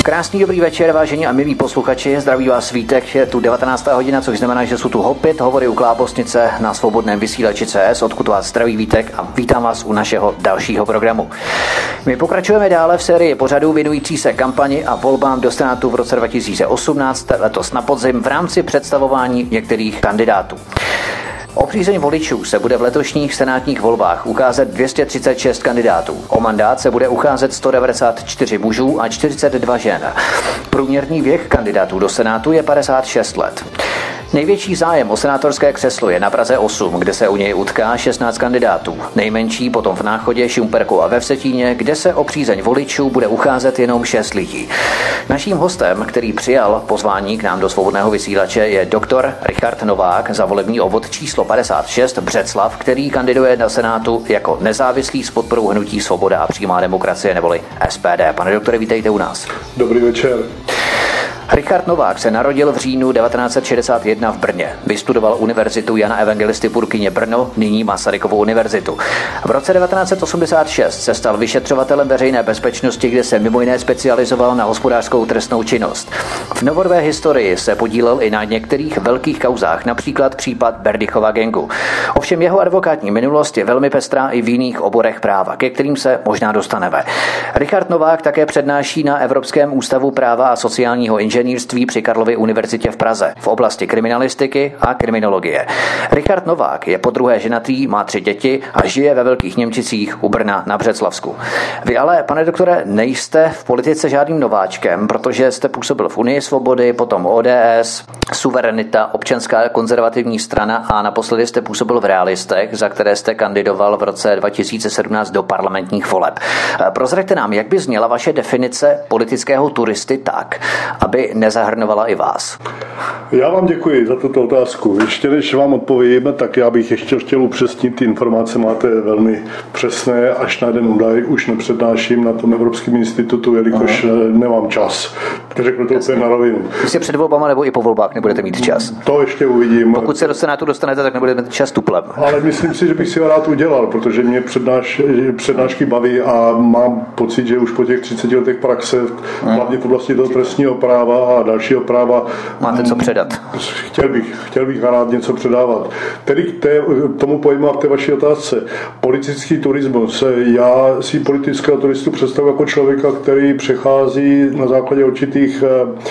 Krásný dobrý večer, vážení a milí posluchači, zdraví vás Vítek, je tu 19. hodina, což znamená, že jsou tu opět hovory u Klábosnice na svobodném vysílači CS, odkud vás zdraví Vítek a vítám vás u našeho dalšího programu. My pokračujeme dále v sérii pořadů věnující se kampani a volbám do Senátu v roce 2018, letos na podzim v rámci představování některých kandidátů. O přízeň voličů se bude v letošních senátních volbách ukázat 236 kandidátů. O mandát se bude ucházet 194 mužů a 42 žen. Průměrný věk kandidátů do Senátu je 56 let. Největší zájem o senátorské křeslo je na Praze 8, kde se u něj utká 16 kandidátů. Nejmenší potom v Náchodě, Šumperku a ve Vsetíně, kde se o přízeň voličů bude ucházet jenom 6 lidí. Naším hostem, který přijal pozvání k nám do svobodného vysílače, je doktor Richard Novák za volební obvod číslo 56 Břeclav, který kandiduje na Senátu jako nezávislý s podporou hnutí Svoboda a přímá demokracie neboli SPD. Pane doktore, vítejte u nás. Dobrý večer. Richard Novák se narodil v říjnu 1961 v Brně. Vystudoval Univerzitu Jana Evangelisty Purkyně Brno, nyní Masarykovu univerzitu. V roce 1986 se stal vyšetřovatelem veřejné bezpečnosti, kde se mimo jiné specializoval na hospodářskou trestnou činnost. V novodobé historii se podílel i na některých velkých kauzách, například případ Berdychova gangu. Ovšem jeho advokátní minulost je velmi pestrá i v jiných oborech práva, ke kterým se možná dostaneme. Richard Novák také přednáší na Evropském ústavu práva a sociálního inženýrství při Karlově univerzitě v Praze v oblasti kriminalistiky a kriminologie. Richard Novák je podruhé ženatý, má 3 děti a žije ve Velkých Němčicích u Brna na Břeclavsku. Vy ale, pane doktore, nejste v politice žádným nováčkem, protože jste působil v Unii svobody, potom ODS, Suverenita, Občanská konzervativní strana a naposledy jste působil v Realistech, za které jste kandidoval v roce 2017 do parlamentních voleb. Prozraďte nám, jak by zněla vaše definice politického turisty tak, aby nezahrnovala i vás? Já vám děkuji za tuto otázku. Ještě než vám odpovím, tak já bych ještě chtěl upřesnit, ty informace máte velmi přesné, až na jeden údaj už nepřednáším na tom Evropském institutu, jelikož nemám čas. Řeknu to úplně na rovinu. Jestli před volbama nebo i po volbách nebudete mít čas? To ještě uvidím. Pokud se do Senátu dostanete, tak nebudete mít čas tuplem. Ale myslím si, že bych si ho rád udělal, protože mě přednášky baví a mám pocit, že už po těch 30 letech praxe, hlavně v oblasti toho trestního práva a dalšího práva. Máte co předat? Chtěl bych rád něco předávat. Tedy k tomu pojmu a k té vaší otázce. Politický turismus. Já si politického turistu představuji jako člověka, který přechází na základě určitých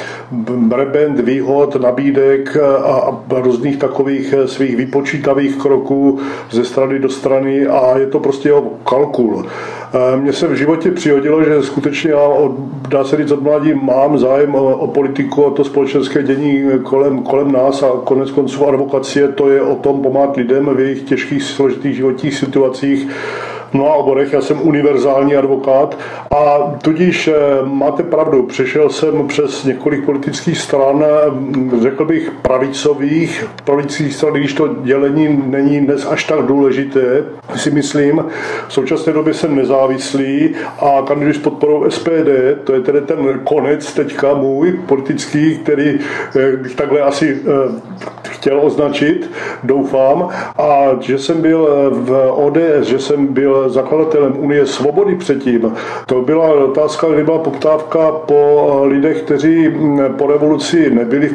prebend, výhod, nabídek a různých takových svých vypočítavých kroků ze strany do strany a je to prostě jeho kalkul. Mně se v životě přihodilo, že skutečně já, dá se říct, od mládí mám zájem o politiku, o to společenské dění kolem nás a konec konců advokacie, to je o tom pomáhat lidem v jejich těžkých, složitých životních situacích. V mnoha oborech, já jsem univerzální advokát a tudíž máte pravdu, přešel jsem přes několik politických stran, řekl bych pravicových stran, když to dělení není dnes až tak důležité, si myslím. V současné době jsem nezávislý a kandiduji s podporou SPD, to je tedy ten konec teďka můj politický, který bych takhle asi chtěl označit, doufám, a že jsem byl v ODS, že jsem byl zakladatelem Unie svobody předtím. To byla otázka, kdy byla poptávka po lidech, kteří po revoluci nebyli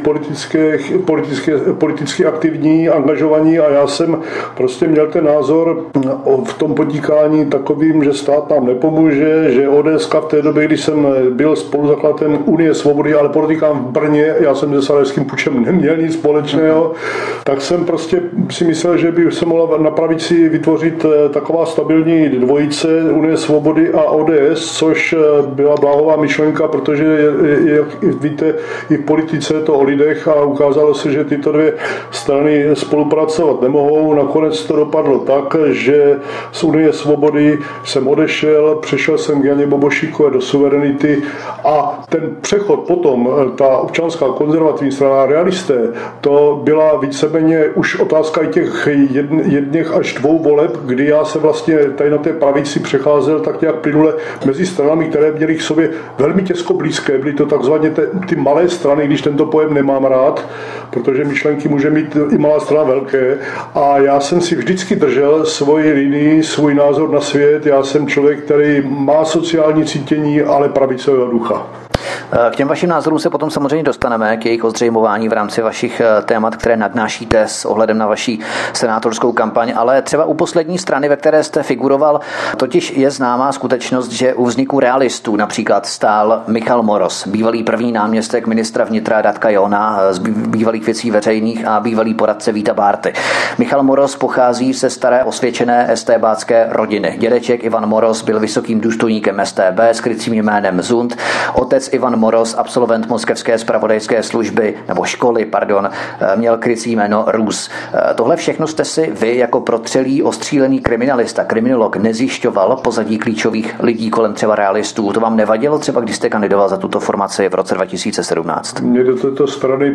politicky aktivní, angažovaní a já jsem prostě měl ten názor v tom podnikání takovým, že stát nám nepomůže, že ODS v té době, když jsem byl spoluzakladatelem Unie svobody, ale podotýkám v Brně, já jsem se Sarajevským pučem neměl nic společného, tak jsem prostě si myslel, že by se mohla na pravici vytvořit taková stabilní dvojice Unie svobody a ODS, což byla bláhová myšlenka, protože jak víte, i v politice je to o lidech a ukázalo se, že tyto dvě strany spolupracovat nemohou. Nakonec to dopadlo tak, že z Unie svobody jsem odešel, přešel jsem k Janě Bobošíkové do Suverenity a ten přechod potom, ta občanská konzervativní strana Realisté, to byla víceméně už otázka i těch jedných až 2 voleb, kdy já se vlastně tady na té pravici přecházel tak nějak plynule mezi stranami, které měly k sobě velmi těžko blízké. Byly to takzvaně ty malé strany, když tento pojem nemám rád, protože myšlenky může mít i malá strana velké. A já jsem si vždycky držel svoji linii, svůj názor na svět. Já jsem člověk, který má sociální cítění, ale pravicového ducha. K těm vašim názorům se potom samozřejmě dostaneme, k jejich ozřejmování v rámci vašich témat, které nadnášíte s ohledem na vaši senátorskou kampaň, ale třeba u poslední strany, ve které jste figuroval, totiž je známá skutečnost, že u vzniku realistů například stál Michal Moros, bývalý první náměstek ministra vnitra Radka Johna z bývalých věcí veřejných a bývalý poradce Víta Bárty. Michal Moros pochází ze staré osvědčené estébácké rodiny. Dědeček Ivan Moros byl vysokým důstojníkem StB s krycím jménem Zund. Otec Ivan Moros, absolvent moskevské zpravodajské služby nebo školy, měl krycí jméno Rus. Tohle všechno jste si vy jako protřelý ostřílený kriminalista, kriminolog nezjišťoval pozadí klíčových lidí kolem třeba realistů. To vám nevadilo třeba, když jste kandidoval za tuto formaci v roce 2017? Mě do této strany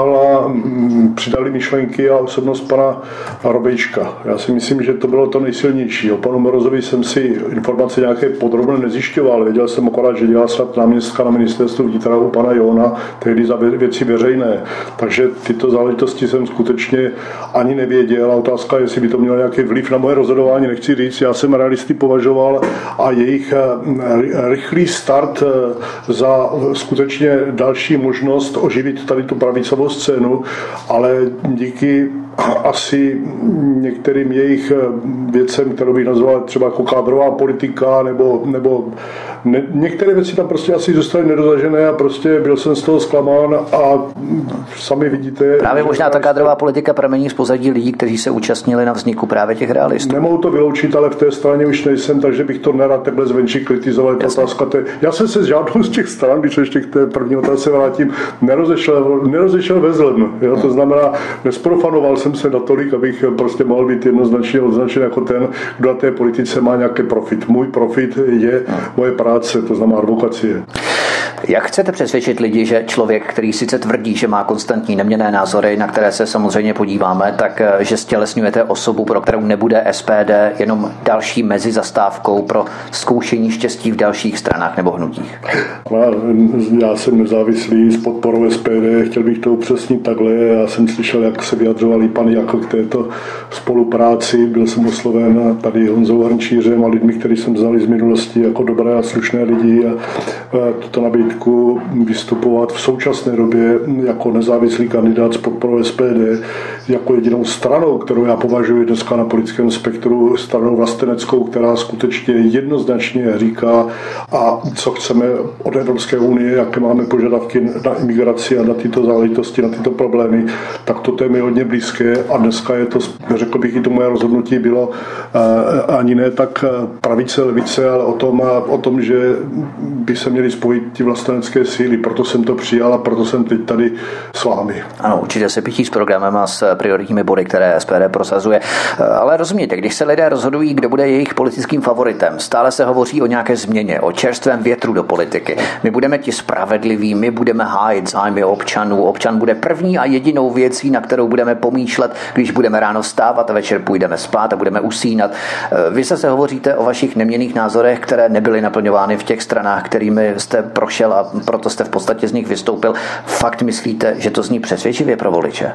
přidali myšlenky a osobnost pana Robejčka. Já si myslím, že to bylo to nejsilnější. O panu Morozovi jsem si informace nějaké podrobně nezjišťoval. Věděl jsem akorát, že dělá snad náměstka na ministerstvu vnitra u pana Johna, tehdy za věci veřejné. Takže tyto záležitosti jsem skutečně ani nevěděl. A otázka, jestli by to mělo nějaký vliv na moje rozhodování, nechci říct. Já jsem realisty považoval a jejich rychlý start za skutečně další možnost oživit tady tu pravicovou scénu, ale díky asi některým jejich věcem, kterou bych nazval třeba jako kádrová politika, nebo některé věci tam prostě asi zůstaly nedozažené a prostě byl jsem z toho zklamán a sami vidíte... Právě možná ta kádrová politika pramení z pozadí lidí, kteří se účastnili na vzniku právě těch realistů. Nemohu to vyloučit, ale v té straně už nejsem, takže bych to nerad takhle zvenčí kritizoval. Já jsem se s žádnou z těch stran, když ještě k té první otázce vrátím, nerozešel ve zlem. To znamená, nesprofanoval jsem se natolik, abych prostě mohl být jednoznačně označen jako ten, kdo na té politice má nějaký profit. Můj profit je moje práce, to znamená advokacie. Jak chcete přesvědčit lidi, že člověk, který sice tvrdí, že má konstantní neměnné názory, na které se samozřejmě podíváme, tak že stělesňujete osobu, pro kterou nebude SPD jenom další mezizastávkou pro zkoušení štěstí v dalších stranách nebo hnutích? Já jsem nezávislý s podporou SPD, chtěl bych to upřesnit takhle. Já jsem slyšel, jak se vyjadřovali pan Jakl k této spolupráci. Byl jsem osloven tady Honzou Hrnčířem a lidmi, kteří jsem znali z minulosti jako dobré a slušné lidi a tuto nabídku vystupovat v současné době jako nezávislý kandidát s podporou SPD jako jedinou stranou, kterou já považuji dneska na politickém spektru, stranou vlasteneckou, která skutečně jednoznačně říká, a co chceme od Evropské unie, jaké máme požadavky na imigraci a na tyto záležitosti, na tyto problémy, tak to je mi hodně blízké a dneska je to, řekl bych, i to moje rozhodnutí bylo ani ne tak pravice, levice, ale o tom, že by se měli spojit ti vlastenecké síly. Proto jsem to přijal a proto jsem teď tady s vámi. Ano, určitě se píší s programem a s prioritními body, které SPD prosazuje. Ale rozumíte, když se lidé rozhodují, kdo bude jejich politickým favoritem, stále se hovoří o nějaké změně, o čerstvém větru do politiky. My budeme ti spravedliví, my budeme hájit zájmy občanů. Občan bude první a jedinou věcí, na kterou budeme pomýšlet, když budeme ráno vstávat a večer půjdeme spát a budeme usínat. Vy se hovoříte o vašich neměnných názorech, které nebyly naplňovány v těch stranách, kterými jste prošel a proto jste v podstatě z nich vystoupil. Fakt myslíte, že to zní přesvědčivě pro voliče?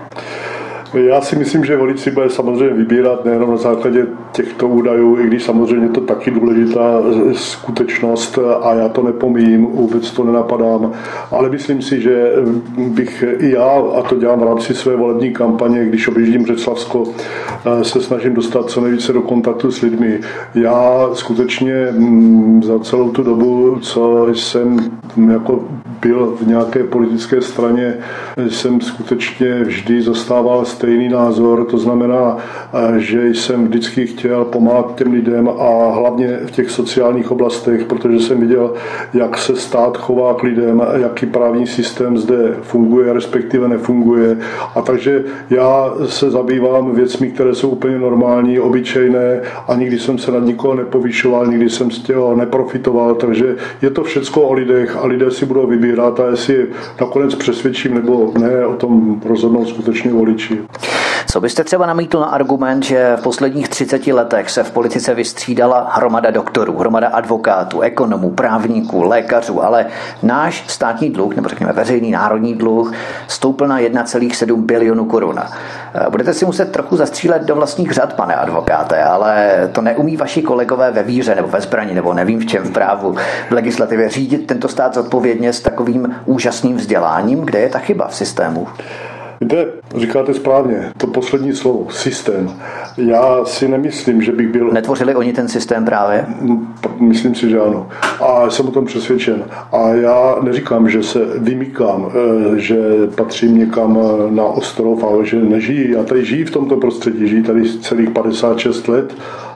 Já si myslím, že volič si bude samozřejmě vybírat nejenom na základě těchto údajů, i když samozřejmě to taky důležitá skutečnost a já to nepomíjím, vůbec to nenapadám, ale myslím si, že bych i já, a to dělám v rámci své volební kampaně, když objíždím Břeclavsko, se snažím dostat co nejvíce do kontaktu s lidmi. Já skutečně za celou tu dobu, co jsem jako byl v nějaké politické straně, jsem skutečně vždy zastával stejný názor, to znamená, že jsem vždycky chtěl pomáhat těm lidem a hlavně v těch sociálních oblastech, protože jsem viděl, jak se stát chová k lidem, jaký právní systém zde funguje, respektive nefunguje. A takže já se zabývám věcmi, které jsou úplně normální, obyčejné a nikdy jsem se nad nikoho nepovýšoval, nikdy jsem z těho neprofitoval, takže je to všecko o lidech a lidé si budou vybírat a jestli nakonec přesvědčím nebo ne, o tom rozhodnou skutečně voliči. Co byste třeba namítl na argument, že v posledních 30 letech se v politice vystřídala hromada doktorů, hromada advokátů, ekonomů, právníků, lékařů, ale náš státní dluh, nebo řekněme veřejný národní dluh, stoupl na 1,7 bilionu korun. Budete si muset trochu zastřílet do vlastních řad, pane advokáte, ale to neumí vaši kolegové ve víře nebo ve zbrani, nebo nevím v čem v právu, v legislativě řídit tento stát zodpovědně s takovým úžasným vzděláním, kde je ta chyba v systému? Víte, říkáte správně, to poslední slovo, systém. Já si nemyslím, že bych byl... Netvořili oni ten systém právě? Myslím si, že ano. A jsem o tom přesvědčen. A já neříkám, že se vymykám, že patřím někam na ostrov, ale že nežijí. Já tady žijí v tomto prostředí, žijí tady celých 56 let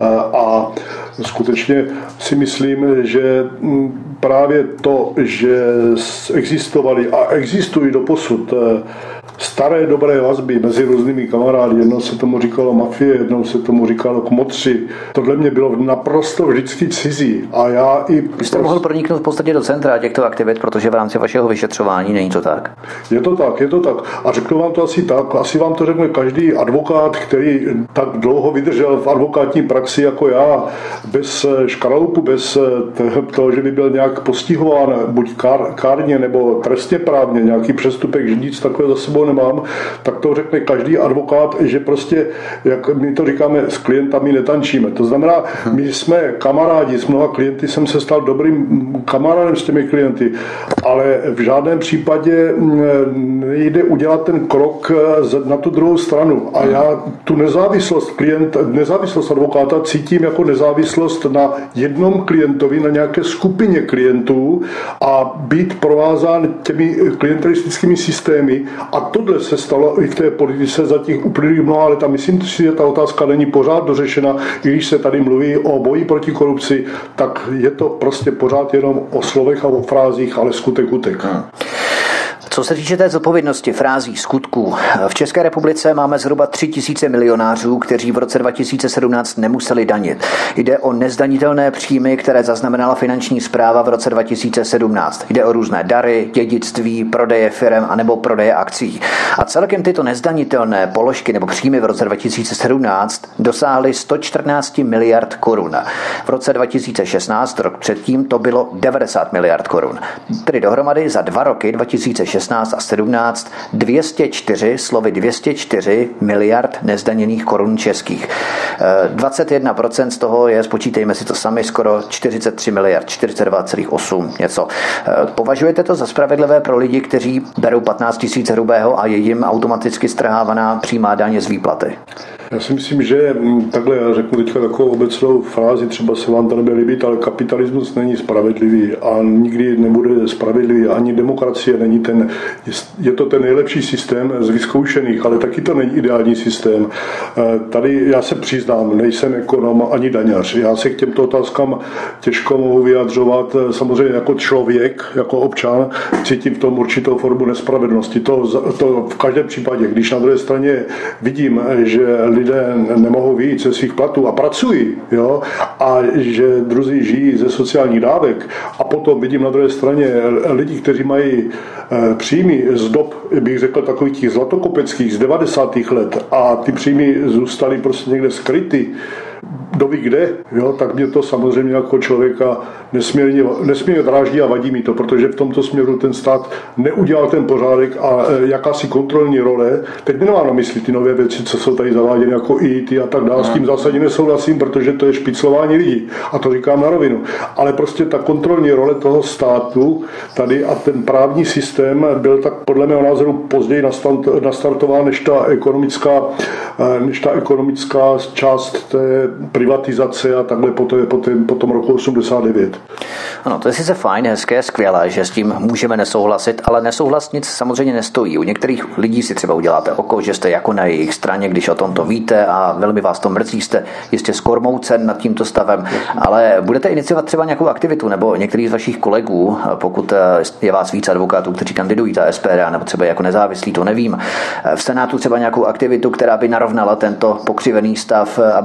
a skutečně si myslím, že právě to, že existovaly a existují doposud staré dobré vazby mezi různými kamarády, jednou se tomu říkalo mafie, jednou se tomu říkalo kmotři. Tohle mě bylo naprosto vždycky cizí. A já i... Vy jste mohl proniknout v podstatě do centra těchto aktivit, protože v rámci vašeho vyšetřování není to tak? Je to tak. A řeknu vám to asi tak. Asi vám to řekne každý advokát, který tak dlouho vydržel v advokátní praxi jako já, bez škraloupu, bez toho, že by byl nějak postihován buď kárně nebo trestně právně, nějaký přestupek, že nic takového za sebou nemám, tak to řekne každý advokát, že prostě, jak my to říkáme, s klientami netančíme. To znamená, my jsme kamarádi, s mnoha klienty jsem se stal dobrým kamarádem s těmi klienty, ale v žádném případě nejde udělat ten krok na tu druhou stranu. A já tu nezávislost advokáta cítím jako nezávislost na jednom klientovi, na nějaké skupině klientů a být provázán těmi klientelistickými systémy. A tohle se stalo i v té politice za těch uplynulých mnoha let. A myslím si, že ta otázka není pořád dořešena. I když se tady mluví o boji proti korupci, tak je to prostě pořád jenom o slovech a o frázích, ale skutek utek. Co se týče té zodpovědnosti, frází, skutků, v České republice máme zhruba 3 000 milionářů, kteří v roce 2017 nemuseli danit. Jde o nezdanitelné příjmy, které zaznamenala finanční správa v roce 2017. Jde o různé dary, dědictví, prodeje firem anebo prodeje akcí. A celkem tyto nezdanitelné položky nebo příjmy v roce 2017 dosáhly 114 miliard korun. V roce 2016, rok předtím, to bylo 90 miliard korun. Tedy dohromady za 2 roky 2016 a 17 204 miliard nezdaněných korun českých. 21% z toho je, spočítejme si to sami, skoro 43 miliard, 42,8 něco. Považujete to za spravedlivé pro lidi, kteří berou 15 000 hrubého a je jim automaticky strhávaná přímá daně z výplaty? Já si myslím, že takhle, já řeknu teďka takovou obecnou frázi, třeba se vám to nebude líbit, ale kapitalismus není spravedlivý a nikdy nebude spravedlivý, ani demokracie není je to ten nejlepší systém z vyzkoušených, ale taky to není ideální systém. Tady já se přiznám, nejsem ekonom ani daňař. Já se k těmto otázkám těžko mohu vyjadřovat. Samozřejmě jako člověk, jako občan, cítím v tom určitou formu nespravedlnosti. To v každém případě, když na druhé straně vidím, že lidé nemohou vyjít ze svých platů a pracují, jo, a že druzí žijí ze sociálních dávek a potom vidím na druhé straně lidi, kteří mají příjmy z dob, bych řekl, takových těch zlatokopeckých z 90. let a ty příjmy zůstaly prostě někde skryty, kdo ví kde, jo, tak mě to samozřejmě jako člověka nesmírně dráždí a vadí mi to, protože v tomto směru ten stát neudělal ten pořádek a jakási kontrolní role. Teď mi nemám na mysli ty nové věci, co jsou tady zaváděny jako IT a tak dále. S tím zásadně nesouhlasím, protože to je špiclování lidí. A to říkám na rovinu. Ale prostě ta kontrolní role toho státu tady a ten právní systém byl tak podle mého názoru později nastartován než ta ekonomická část té privatizace a takhle po tom roku 89. Ano, to je sice fajn, hezké, skvělé, že s tím můžeme nesouhlasit, ale nesouhlas nic samozřejmě nestojí. U některých lidí si třeba uděláte oko, že jste jako na jejich straně, když o tom to víte a velmi vás to mrzí, jste jistě skormoucen nad tímto stavem, ale budete iniciovat třeba nějakou aktivitu nebo některý z vašich kolegů, pokud je vás víc advokátů, kteří kandidují za SPD, nebo třeba jako nezávislí, to nevím, v Senátu třeba nějakou aktivitu, která by narovnala tento pokřivený stav, aby nedocházelo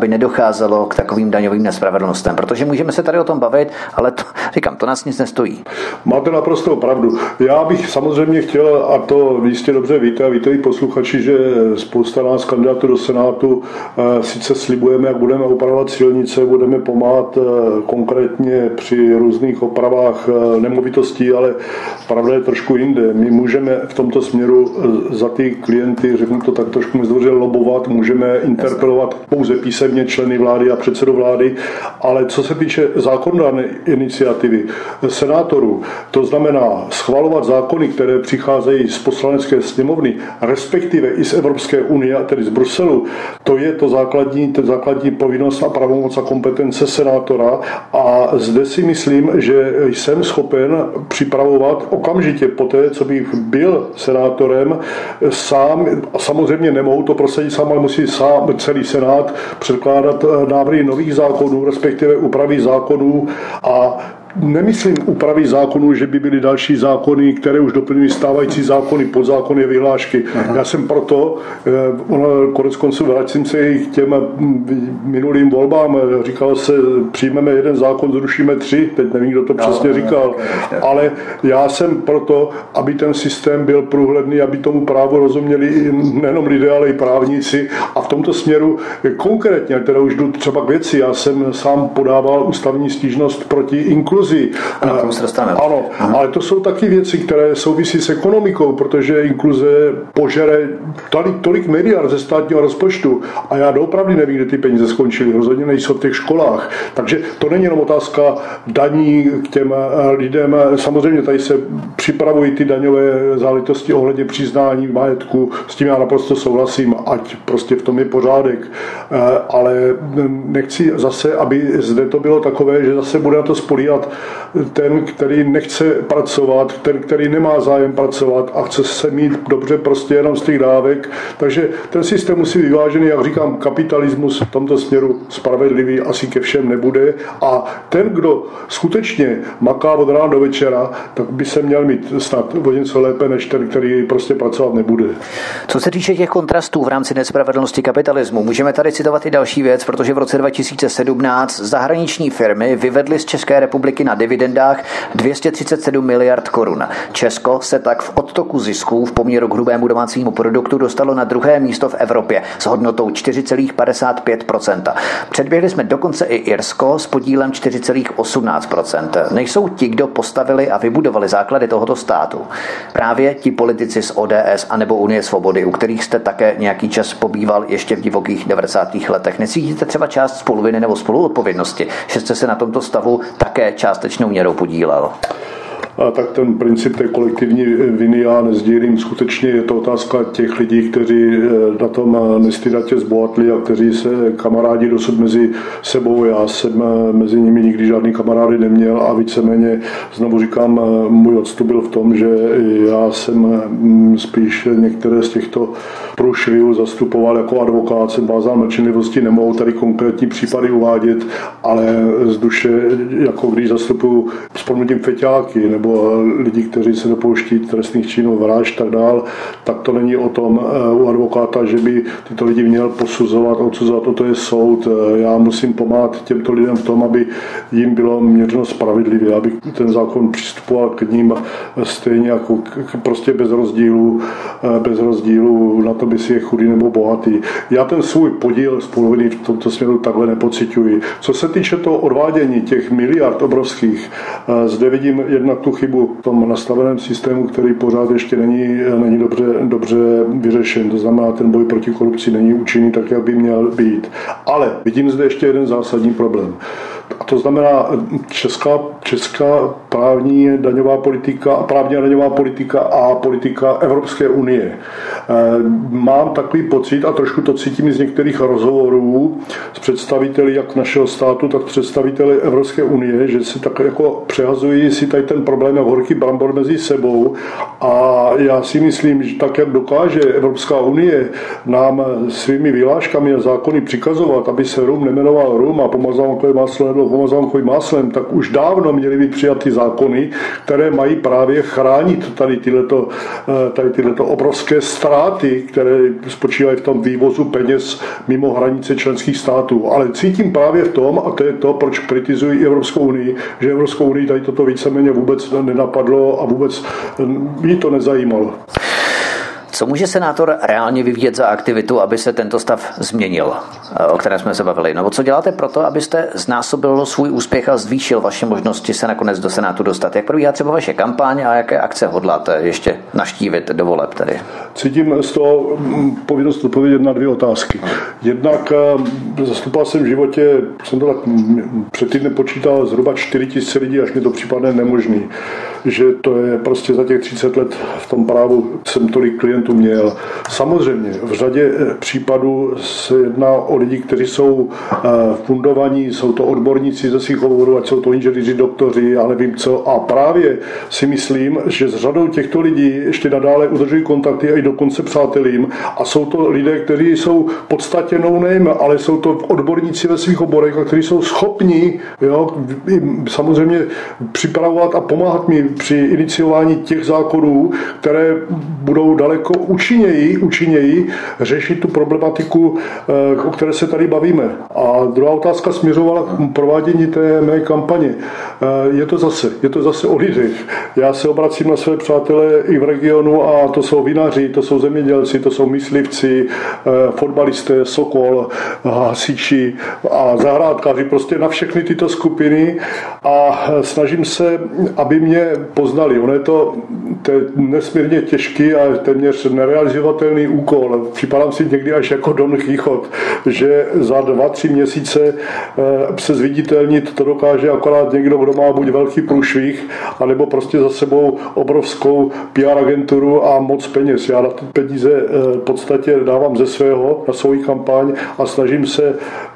docházelo k takovým daňovým nespravedlnostem? Protože můžeme se tady o tom bavit, ale to nás nic nestojí. Máte naprosto pravdu. Já bych samozřejmě chtěl, a to jistě dobře víte, a víte i posluchači, že spousta nás kandidátů do Senátu sice slibujeme, jak budeme opravovat silnice, budeme pomáhat konkrétně při různých opravách nemovitostí, ale pravda je trošku jinde. My můžeme v tomto směru za ty klienty, řeknu to tak trošku zdvořile, lobovat, můžeme interpelovat pouze písemně členy vlády a předsedu vlády, ale co se týče zákonodárné iniciativy senátorů, to znamená schvalovat zákony, které přicházejí z poslanecké sněmovny, respektive i z Evropské unie, tedy z Bruselu, to je to základní povinnost a pravomoc a kompetence senátora a zde si myslím, že jsem schopen připravovat okamžitě poté, co bych byl senátorem, sám, samozřejmě nemohu to prosadit sám, ale musí sám celý senát předkládat návrhy nových zákonů, respektive úpravy zákonů a nemyslím úpravy zákonů, že by byly další zákony, které už doplňují stávající zákony, podzákony, vyhlášky. Aha. Já jsem proto, koneckonců vrátím se i k těm minulým volbám, říkalo se, přijmeme jeden zákon, zrušíme 3, teď nevím, kdo to přesně říkal, ale já jsem proto, aby ten systém byl průhledný, aby tomu právu rozuměli nejenom lidé, ale i právníci a v tomto směru konkrétně, teda už jdu třeba k věci, já jsem sám podával ústavní stížnost proti inkluzi. Ano, ale to jsou taky věci, které souvisí s ekonomikou, protože inkluze požere tolik miliard ze státního rozpočtu a já doopravdy nevím, kde ty peníze skončily. Rozhodně nejsou v těch školách. Takže to není jenom otázka daní k těm lidem. Samozřejmě tady se připravují ty daňové záležitosti ohledně přiznání majetku. S tím já naprosto souhlasím, ať prostě v tom je pořádek. Ale nechci zase, aby zde to bylo takové, že zase bude na to spolíhat ten, který nechce pracovat, ten, který nemá zájem pracovat a chce se mít dobře prostě jenom z těch dávek. Takže ten systém musí být vyvážený, jak říkám, kapitalismus v tomto směru spravedlivý asi ke všem nebude a ten, kdo skutečně maká od rána do večera, tak by se měl mít snad o něco lépe, než ten, který prostě pracovat nebude. Co se týče těch kontrastů v rámci nespravedlnosti kapitalismu, můžeme tady citovat i další věc, protože v roce 2017 zahraniční firmy vyvedly z České republiky na dividendách 237 miliard korun. Česko se tak v odtoku zisků v poměru k hrubému domácímu produktu dostalo na druhé místo v Evropě s hodnotou 4,55%. Předběhli jsme dokonce i Irsko s podílem 4,18%. Nejsou ti, kdo postavili a vybudovali základy tohoto státu. Právě ti politici z ODS anebo Unie svobody, u kterých jste také nějaký čas pobýval ještě v divokých 90. letech. Necítíte třeba část spoluviny nebo spoluodpovědnosti, že jste se na tomto stavu také částečnou měrou podílel? A tak ten princip té kolektivní viny já nezdílím. Skutečně je to otázka těch lidí, kteří na tom nestydatě zbohatli a kteří se kamarádi dosud mezi sebou. Já jsem mezi nimi nikdy žádný kamarády neměl a víceméně, znovu říkám, můj odstup byl v tom, že já jsem spíš některé z těchto průšvihů zastupoval jako advokát, jsem vázal mlčenlivosti, nemohu tady konkrétní případy uvádět, ale z duše, jako když zastupuju s prominutím feťáky nebo lidi, kteří se dopouští trestných činů, vražd tak dál, tak to není o tom u advokáta, že by tyto lidi měl posuzovat, odsuzovat, to je soud. Já musím pomáhat těmto lidem v tom, aby jim bylo měřeno spravedlivě, aby ten zákon přistupoval k ním stejně jako prostě bez rozdílu na to, by si je chudý nebo bohatý. Já ten svůj podíl spoluviny v tomto směru takhle nepociťuji. Co se týče toho odvádění těch miliard obrovských, zde vidím jednak tu chybu v tom nastaveném systému, který pořád ještě není dobře vyřešen. To znamená, ten boj proti korupci není účinný tak, jak by měl být. Ale vidím zde ještě jeden zásadní problém. A to znamená česká právní daňová politika a politika Evropské unie. Mám takový pocit, a trošku to cítím z některých rozhovorů s představiteli jak našeho státu, tak představiteli Evropské unie, že si tak jako přehazují si tady ten problém jako horký brambor mezi sebou a já si myslím, že tak, jak dokáže Evropská unie nám svými vyhláškami a zákony přikazovat, aby se rum nemenoval rum a pomazánkovým máslem nebo pomazánkovým máslem, tak už dávno měly být přijaty zákony, které mají právě chránit tady tyto obrovské ztráty, které spočívají v tom vývozu peněz mimo hranice členských států. Ale cítím právě v tom, a to je to, proč kritizují Evropskou unii, že Evropskou unii tady toto víceméně vůbec nenapadlo a vůbec jí to nezajímalo. Co může senátor reálně vyvíjet za aktivitu, aby se tento stav změnil, o kterém jsme se bavili? No, co děláte proto, abyste znásobil svůj úspěch a zvýšil vaše možnosti se nakonec do Senátu dostat? Jak probíhá třeba vaše kampaň a jaké akce hodláte ještě navštívit do voleb tedy? Cítím z toho povinnost odpovědět na 2 otázky. Jednak zastupoval jsem v životě, jsem to tak před týdnem počítal, zhruba 4 000 lidí, až mi to připadne nemožný. Že to je prostě za těch 30 let v tom právu jsem tolik klientů měl. Samozřejmě v řadě případů se jedná o lidi, kteří jsou fundovaní, jsou to odborníci ze svých oborů, ať jsou to inženýři, doktoři, já nevím co. A právě si myslím, že s řadou těchto lidí ještě nadále udržují kontakty a i dokonce přátelím. A jsou to lidé, kteří jsou v podstatě no name, ale jsou to odborníci ve svých oborech, a kteří jsou schopni samozřejmě připravovat a pomáhat mi při iniciování těch zákonů, které budou daleko účinněji řešit tu problematiku, o které se tady bavíme. A druhá otázka směřovala k provádění té mé kampaně. Je to zase o lidech. Já se obracím na své přátele i v regionu a to jsou vinaři, to jsou zemědělci, to jsou myslivci, fotbalisté, Sokol, hasiči a zahrádkáři, prostě na všechny tyto skupiny a snažím se, aby mě poznali. Ono je to nesmírně těžký a téměř nerealizovatelný úkol. Připadám si někdy až jako Don Quixote, že za 2-3 měsíce se zviditelnit to dokáže akorát někdo, kdo má buď velký průšvih, anebo prostě za sebou obrovskou PR agenturu a moc peněz. Já na ty peníze v podstatě dávám ze svého na svou kampaň a snažím se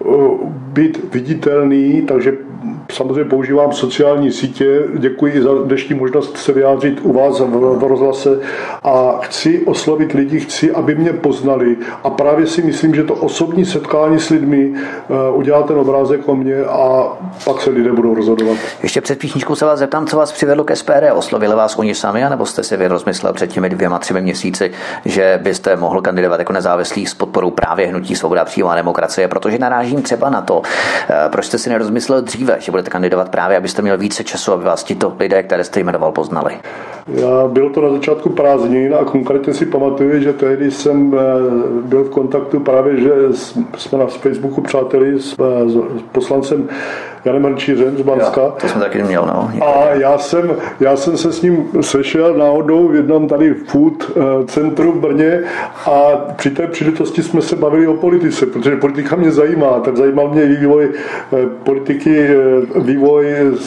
být viditelný, takže samozřejmě používám sociální sítě. Děkuji za dnešní možnost se vyjádřit u vás v rozhlase a chci oslovit lidi, chci, aby mě poznali a právě si myslím, že to osobní setkání s lidmi udělá ten obrázek o mě a pak se lidé budou rozhodovat. Ještě před písničkou se vás zeptám, co vás přivedlo ke SPD. Oslovili vás oni sami, anebo jste si vy rozmyslel před těmi 2-3 měsíci, že byste mohl kandidovat jako nezávislý s podporou právě hnutí Svoboda a přímá demokracie, protože narážím třeba na to, proč jste si nerozmyslel dříve, že budete kandidovat právě, abyste měl více času, aby vás tito lidé, které jste jmenoval, poznali. Bylo to na začátku prázdnin a konkrétně si pamatuju, že tehdy jsem byl v kontaktu právě, že jsme na Facebooku přáteli s poslancem Janem Hrnčířem z Banska. Jo, to jsem taky měl, no. A já jsem se s ním sešel náhodou v jednom tady food centru v Brně a při té příležitosti jsme se bavili o politice, protože politika mě zajímá, tak zajímal mě vývoj politiky, vývoj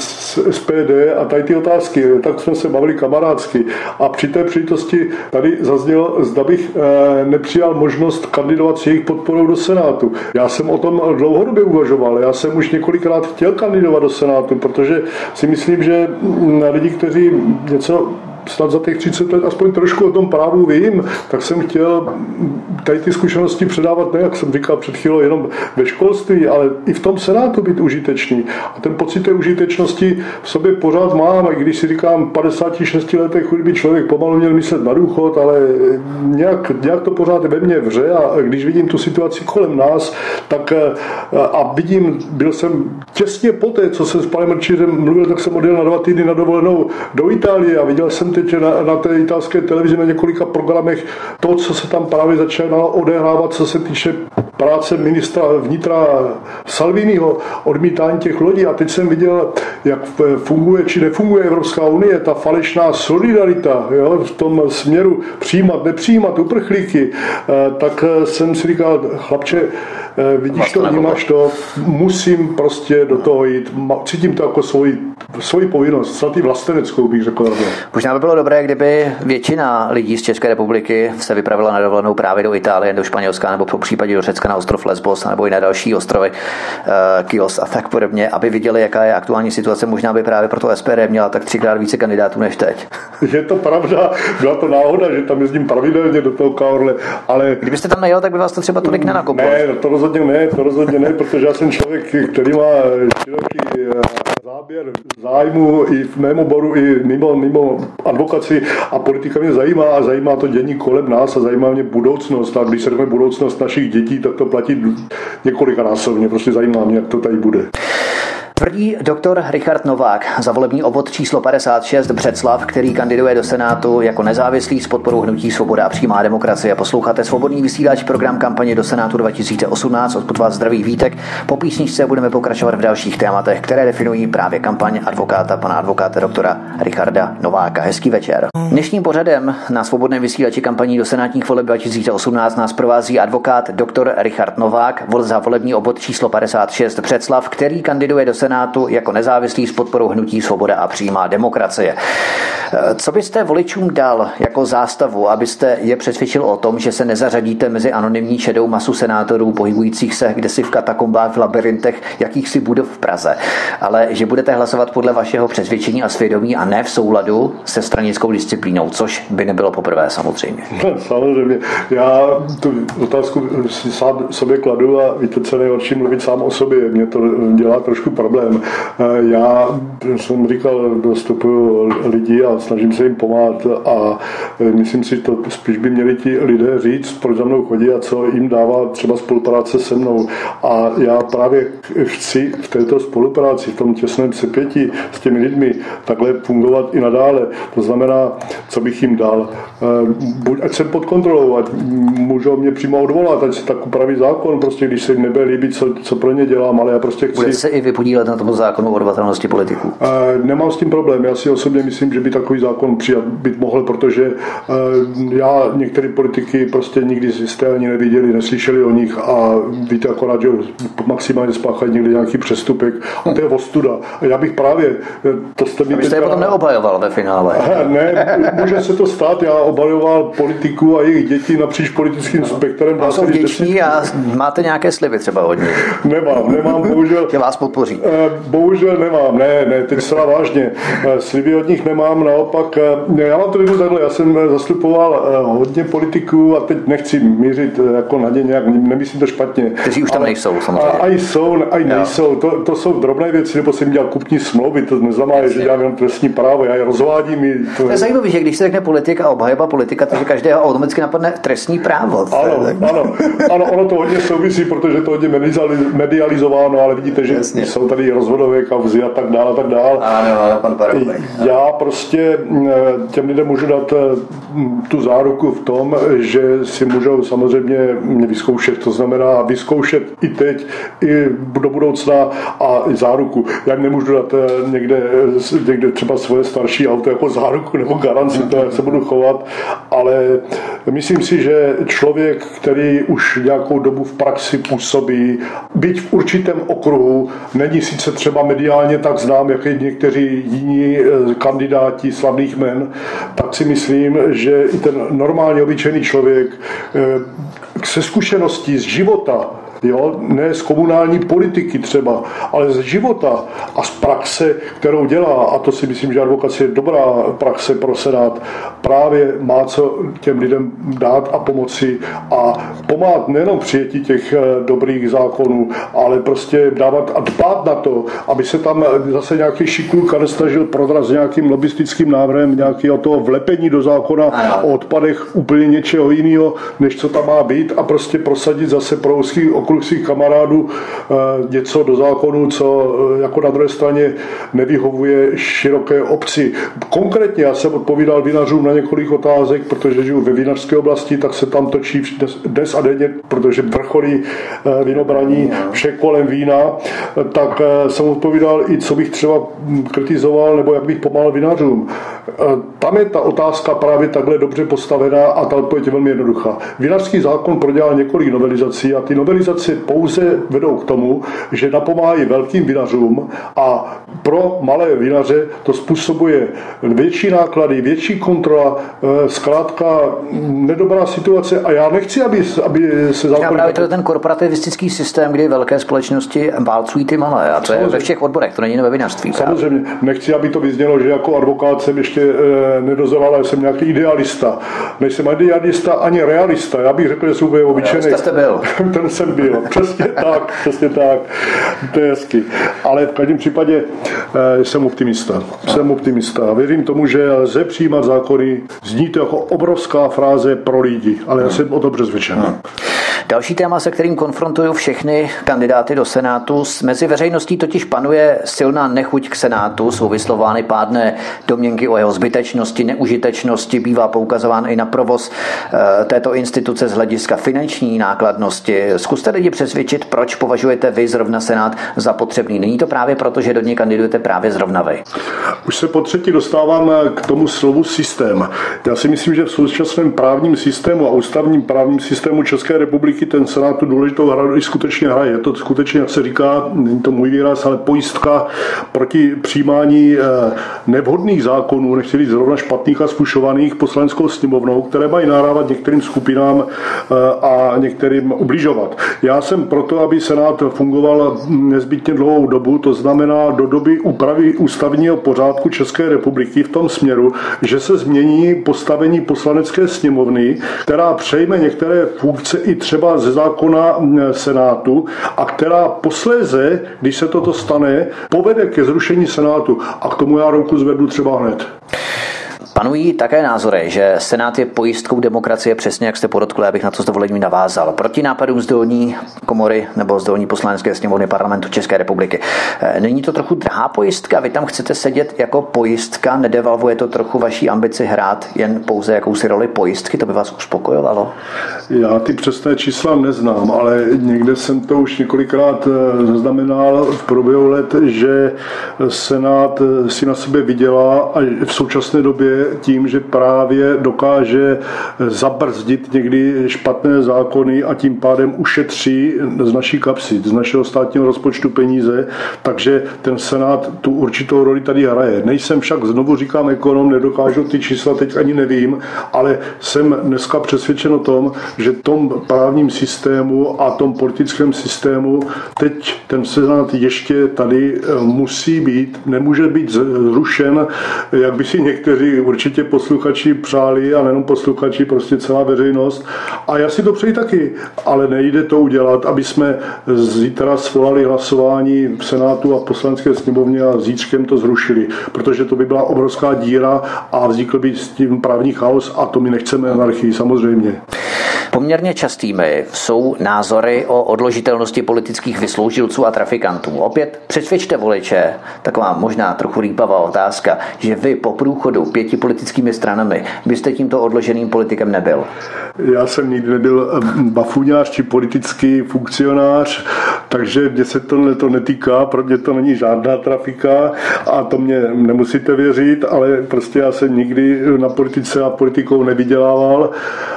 SPD a tady ty otázky. Tak jsme se bavili kamarádsky a při té příležitosti tady zaznělo, zda bych nepřijal možnost kandidovat s jejich podporou do Senátu. Já jsem o tom dlouhodobě uvažoval, já jsem už několikrát chtěl kandidovat do Senátu, protože si myslím, že lidi, kteří něco snad za těch 30 let aspoň trošku o tom právu vím, tak jsem chtěl tady ty zkušenosti předávat ne, jak jsem říkal před chvílou, jenom ve školství, ale i v tom Senátu být užitečný. A ten pocit té užitečnosti v sobě pořád mám, a když si říkám 56 letech chudý člověk pomalu měl myslet na důchod, ale nějak to pořád ve mně vře a když vidím tu situaci kolem nás, tak a vidím, byl jsem těsně poté, co jsem s panem Hrnčířem mluvil, tak jsem odjel na 2 týdny na dovolenou do Itálie a viděl jsem teď na té italské televizi na několika programech to, co se tam právě začalo odehrávat, co se týče práce ministra vnitra Salviniho, odmítání těch lodí. A teď jsem viděl, jak funguje či nefunguje Evropská unie, ta falešná solidarita, jo, v tom směru přijímat, nepřijímat uprchlíky, tak jsem si říkal, chlapče, vidíš to, vnímáš to, musím prostě do toho jít. Cítím to jako svoji povinnost, snad i vlasteneckou bych řekl. Možná by bylo dobré, kdyby většina lidí z České republiky se vypravila na dovolenou právě do Itálie, do Španělska nebo po případě do Řecka na ostrov Lesbos nebo i na další ostrovy Chios a tak podobně, aby viděli, jaká je aktuální situace. Možná by právě proto SPD měla tak 3krát více kandidátů než teď. Je to pravda, byla to náhoda, že tam jezdím pravidelně do toho Kaorle, ale... Kdybyste tam nejel, tak by vás to třeba tolik nenakoplo. Ne, to rozhodně ne, protože já jsem člověk, který má široký záběr zájmu i v mém oboru, i mimo advokaci a politika mě zajímá to dění kolem nás a zajímá mě budoucnost. A když se řekne budoucnost našich dětí, tak to platí několikanásobně, prostě zajímá mě, jak to tady bude. Tvrdí doktor Richard Novák za volební obvod číslo 56 Břeclav, který kandiduje do Senátu jako nezávislý s podporou hnutí Svoboda a přímá demokracie. Posloucháte Svobodný vysílač, program kampaně do Senátu 2018. Odkud vás zdraví Vítek. Po písničce budeme pokračovat v dalších tématech, které definují právě kampaň pana advokáta doktora Richarda Nováka. Hezký večer. Dnešním pořadem na Svobodném vysílači kampaní do senátních voleb 2018 nás provází advokát doktor Richard Novák za volební obvod číslo 56 Břeclav, který kandiduje do Senátu jako nezávislý s podporou hnutí Svoboda a přímá demokracie. Co byste voličům dal jako zástavu, abyste je přesvědčil o tom, že se nezařadíte mezi anonymní šedou masu senátorů pohybujících se kdesi v katakombách, v labyrintech jakýchsi budov v Praze, ale že budete hlasovat podle vašeho přesvědčení a svědomí a ne v souladu se stranickou disciplínou, což by nebylo poprvé samozřejmě. Samozřejmě. Já tu otázku si sám sobě kladu a víte, co nejhorší mluvit sám o sobě. Mě to dělá trošku problém. Já jsem říkal, dostupuju lidi a snažím se jim pomáhat a myslím si, že to spíš by měli ti lidé říct, proč za mnou chodí a co jim dává třeba spolupráce se mnou. A já právě chci v této spolupráci, v tom těsném sepětí s těmi lidmi takhle fungovat i nadále. To znamená, co bych jim dal. Ať jsem pod kontrolou, ať můžou mě přímo odvolat, ať se tak upraví zákon, prostě když se jim nebude líbit, co pro ně dělám, ale já prostě chci... Budete se i vypodílet na tom zákonu o odvolatelnosti politiků? Nemám s tím problém. Já si osobně myslím, že by takový zákon přijat být mohl, protože já některé politiky prostě nikdy jste ani neviděli, neslyšeli o nich a víte akorát, že maximálně spáchají někdy nějaký přestupek a to je ostuda. Já bych právě... Abyste je potom neobhajoval ve finále. Ne, může se to stát. Já obhajoval politiku a jejich děti napříč politickým spektrem. A jsou vděční a máte nějaké sliby třeba od nich? Nemám, bohužel. Že vás podpoří? Bohužel nemám, ne, teď zcela vážně. Sliby od nich nemám, naopak, já vám to řeknu takhle, já jsem zastupoval hodně politiků a teď nechci mířit jako na ně nějak, nemyslím to špatně. Kteří už tam nejsou, samozřejmě. A nejsou, to jsou drobné věci, nebo jsem dělal kupní smlouvy, to neznamená, že dělám jenom trestní právo, já je rozvádím. To je zajímavé, že když se řekne politika a obhajoba politika, takže každého automaticky napadne trestní právo. Ano, ono to hodně souvisí, protože to hodně medializováno, ale vidíte, že jsou tady rozvodové kauzy a tak dále. Ano, pan Paroubek. Já prostě těm lidem můžu dát tu záruku v tom, že si můžou samozřejmě mě vyzkoušet. To znamená vyzkoušet i teď, i do budoucna a záruku. Já jim nemůžu dát někde třeba svoje starší auto jako záruku nebo garanci, to jak se budu chovat, ale myslím si, že člověk, který už nějakou dobu v praxi působí, byť v určitém okruhu, není sice třeba mediálně tak znám, jak i někteří jiní kandidáti slavných jmen, tak si myslím, že i ten normálně obyčejný člověk se zkušeností z života, jo, ne z komunální politiky třeba, ale z života a z praxe, kterou dělá, a to si myslím, že advokacie je dobrá praxe pro Senát, právě má co těm lidem dát a pomoci a pomáhat nejenom přijetí těch dobrých zákonů, ale prostě dávat a dbát na to, aby se tam zase nějaký šikulka nesnažil prodrat s nějakým lobistickým návrhem, nějakého toho vlepení do zákona o odpadech úplně něčeho jiného, než co tam má být a prostě prosadit zase pro úzký okruh svých kamarádů něco do zákonu, co jako na druhé straně nevyhovuje široké obci. Konkrétně já jsem odpovídal vinařům na několik otázek, protože žiju ve vinařské oblasti, tak se tam točí dnes a denně, protože vrcholí vinobraní vše kolem vína, tak jsem odpovídal i co bych třeba kritizoval nebo jak bych pomáhal vinařům. Tam je ta otázka právě takhle dobře postavená a ta odpověď je velmi jednoduchá. Vinařský zákon prodělal několik novelizací a ty novelizace privatizace pouze vedou k tomu, že napomáhají velkým vinařům a pro malé vinaře to způsobuje větší náklady, větší kontrola, zkrátka nedobrá situace a já nechci, aby se zákon... Právě to je ten korporativistický systém, kdy velké společnosti válcují ty malé a to je ve všech odborech, to není jen ve vinařství. Samozřejmě, nechci, aby to vyznělo, že jako advokát jsem ještě nedozval, ale jsem nějaký idealista. Nejsem idealista ani realista, já bych řekl, že jsem úplně obyčejný. Jste byl. Ten jsem byl, přesně tak, to je hezky. Ale v každém případě jsem optimista. Věřím tomu, že lze přijímat zákony, zní to jako obrovská fráze pro lidi, ale já jsem o to přesvědčen. Další téma, se kterým konfrontují všechny kandidáty do Senátu, mezi veřejností totiž panuje silná nechuť k Senátu, jsou vyslovány pádné domněnky o jeho zbytečnosti, neužitečnosti, bývá poukazován i na provoz této instituce z hlediska finanční nákladnosti. Zkuste lidi přesvědčit, proč považujete vy zrovna Senát za potřebný. Není to právě proto, že do něj kandidujete právě zrovna vy? Už se po třetí dostávám k tomu slovu systém. Já si myslím, že v současném právním systému a ústavním právním systému České republiky ten Senát tu důležitou hru skutečně hraje. Je to skutečně, jak se říká, není to můj výraz, ale pojistka proti přijímání nevhodných zákonů, nechci říct zrovna špatných a spušovaných poslaneckou sněmovnou, které mají nahrávat některým skupinám a některým ubližovat. Já jsem proto, aby Senát fungoval nezbytně dlouhou dobu, to znamená do doby úpravy ústavního pořádku České republiky v tom směru, že se změní postavení poslanecké sněmovny, která přejme některé funkce i třeba ze zákona Senátu a která posléze, když se toto stane, povede ke zrušení Senátu. A k tomu já ruku zvednu třeba hned. Panují také názory, že Senát je pojistkou demokracie, přesně jak jste podotkli, abych na to s dovolením navázal. Proti nápadům z dolní komory nebo z dolní poslanecké sněmovny Parlamentu České republiky. Není to trochu drahá pojistka? Vy tam chcete sedět jako pojistka? Nedevalvuje to trochu vaší ambici hrát jen pouze jakousi roli pojistky? To by vás uspokojovalo? Já ty přesné čísla neznám, ale někde jsem to už několikrát zaznamenal v průběhu let, že Senát si na sebe vydělá a v současné době tím, že právě dokáže zabrzdit někdy špatné zákony a tím pádem ušetří z naší kapsy, z našeho státního rozpočtu peníze, takže ten Senát tu určitou roli tady hraje. Nejsem však, znovu říkám, ekonom, nedokážu ty čísla, teď ani nevím, ale jsem dneska přesvědčen o tom, že v tom právním systému a tom politickém systému teď ten Senát ještě tady musí být, nemůže být zrušen, jak by si někteří určitě posluchači přáli, a nejenom posluchači, prostě celá veřejnost. A já si to přeji taky, ale nejde to udělat, aby jsme zítra svolali hlasování v Senátu a poslanecké sněmovně a zítřkem to zrušili, protože to by byla obrovská díra a vznikl by s tím právní chaos a to my nechceme, anarchii samozřejmě. Poměrně častými jsou názory o odložitelnosti politických vysloužilců a trafikantů. Opět přesvědčte voliče, taková možná trochu rýpavá otázka, že vy po průchodu 5 politickými stranami byste tímto odloženým politikem nebyl. Já jsem nikdy nebyl bafuňář či politický funkcionář, takže mě se to netýká, pro mě to není žádná trafika a to mě nemusíte věřit, ale prostě já jsem nikdy na politice a politikou nevydělával,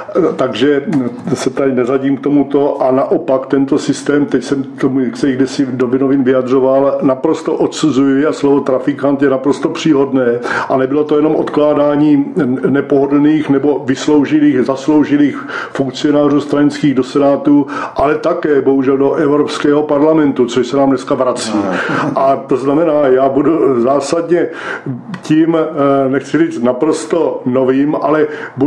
takže se tady neřadím k tomuto a naopak tento systém, teď jsem tomu se kdysi do novin vyjadřoval, naprosto odsuzuji a slovo trafikant je naprosto příhodné a nebylo to jenom odkládání nepohodlných nebo vysloužilých, zasloužilých funkcionářů stranických do Senátu, ale také bohužel do Evropského parlamentu, což se nám dneska vrací. A to znamená, já budu zásadně tím, nechci říct naprosto novým, ale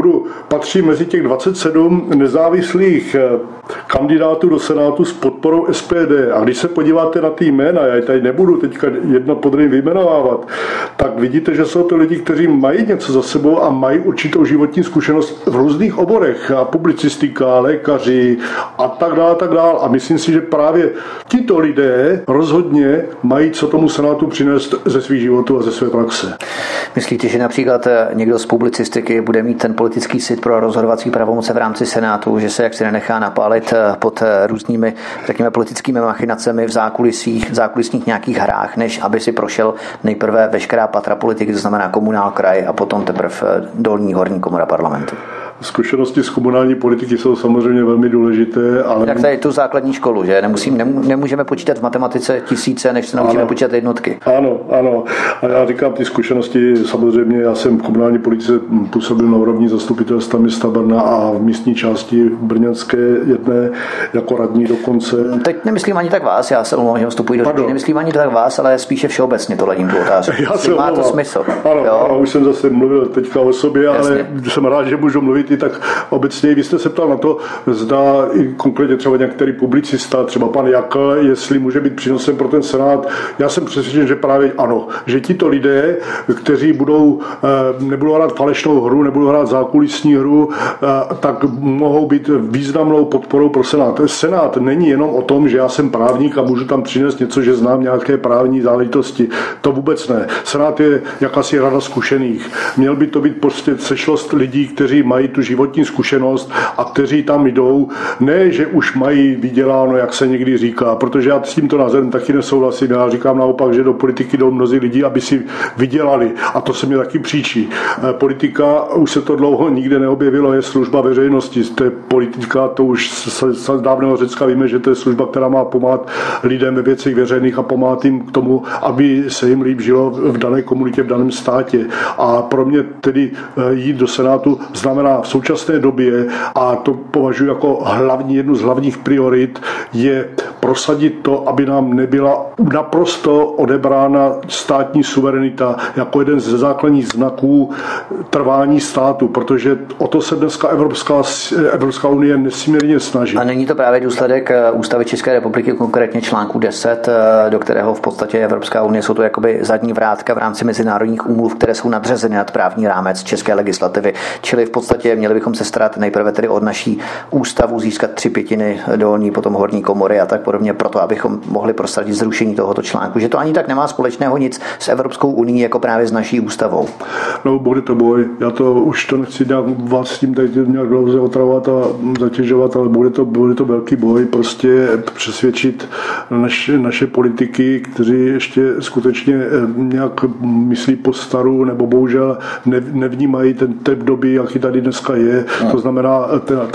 patří mezi těch 27 nezávislých kandidátů do Senátu s podporou SPD. A když se podíváte na ty jména, já je tady nebudu teďka jedno pod druhým vyjmenovávat, tak vidíte, že jsou to lidi, kteří mají něco za sebou a mají určitou životní zkušenost v různých oborech, a publicistika, lékaři a tak dále. A myslím si, že právě tito lidé rozhodně mají co tomu Senátu přinést ze svých životů a ze své praxe. Myslíte, že například někdo z publicistiky bude mít ten politický sit pro rozhodovací pravomoce v rámci Senátu, že se jaksi nenechá napálit pod různými, řekněme, politickými machinacemi v zákulisních nějakých hrách, než aby si prošel nejprve veškerá patra politiky, to znamená komunál, kraj a potom teprve dolní horní komora parlamentu? Zkušenosti z komunální politiky jsou samozřejmě velmi důležité, ale... Jak tady tu základní školu, že? Nemůžeme počítat v matematice tisíce, než se naučíme počítat jednotky. Ano. A já říkám, ty zkušenosti, samozřejmě, já jsem v komunální politice působil na úrovni zastupitelstva města Brna a v místní části brněnské jedné jako radní dokonce. Teď nemyslím ani tak vás, já se omlouvám, že vstupuji do řeči, nemyslím ani tak vás, ale spíše všeobecně to ladím tu otázku. Má to smysl. Ano, už jsem zase mluvil teďka o sobě, ale jsem rád, že můžu mluvit i tak obecně. Vy jste se ptal na to, zda i konkrétně třeba některý publicista, třeba pan Jakl, jestli může být přínosem pro ten Senát. Já jsem přesvědčen, že právě ano, že tito lidé, kteří nebudou hrát falešnou hru, nebudou hrát zákulisní hru, tak mohou být významnou podporou pro Senát. Senát není jenom o tom, že já jsem právník a můžu tam přinést něco, že znám nějaké právní záležitosti. To vůbec ne. Senát je jakási rada zkušených. Měl by to být prostě sešlost lidí, kteří mají tu životní zkušenost a kteří tam jdou, ne, že už mají vyděláno, jak se někdy říká, protože já s tímto názorem taky nesouhlasím. Já říkám naopak, že do politiky jdou mnozí lidi, aby si vydělali. A to se mi taky příčí. Politika, už se to dlouho nikde neobjevilo, je služba veřejnosti. To je politika, to už z dávného Řecka víme, že to je služba, která má pomáhat lidem ve věcech veřejných a pomáhat jim k tomu, aby se jim líp žilo v dané komunitě, v daném státě. A pro mě tedy jít do Senátu znamená v současné době, a to považuji jako jednu z hlavních priorit, je prosadit to, aby nám nebyla naprosto odebrána státní suverenita jako jeden ze základních znaků trvání státu, protože o to se dneska Evropská unie nesmírně snaží. A není to právě důsledek Ústavy České republiky, konkrétně článku 10, do kterého v podstatě Evropská unie jsou to jakoby zadní vrátka v rámci mezinárodních úmluv, které jsou nadřazeny nad právní rámec české legislativy. Čili v podstatě měli bychom se starat nejprve tedy od naší ústavu získat 3/5 dolní, potom horní komory a tak podobně, proto abychom mohli prosadit zrušení tohoto článku. Že to ani tak nemá společného nic s Evropskou unií, jako právě s naší ústavou. No, bude to boj. Já to už to nechci vás s tím tady nějak dlouze otravovat a zatěžovat, ale bude to velký boj, prostě přesvědčit naše politiky, kteří ještě skutečně nějak myslí po staru, nebo bohužel nevnímají ten typ doby, jaký tady dneska je. To znamená,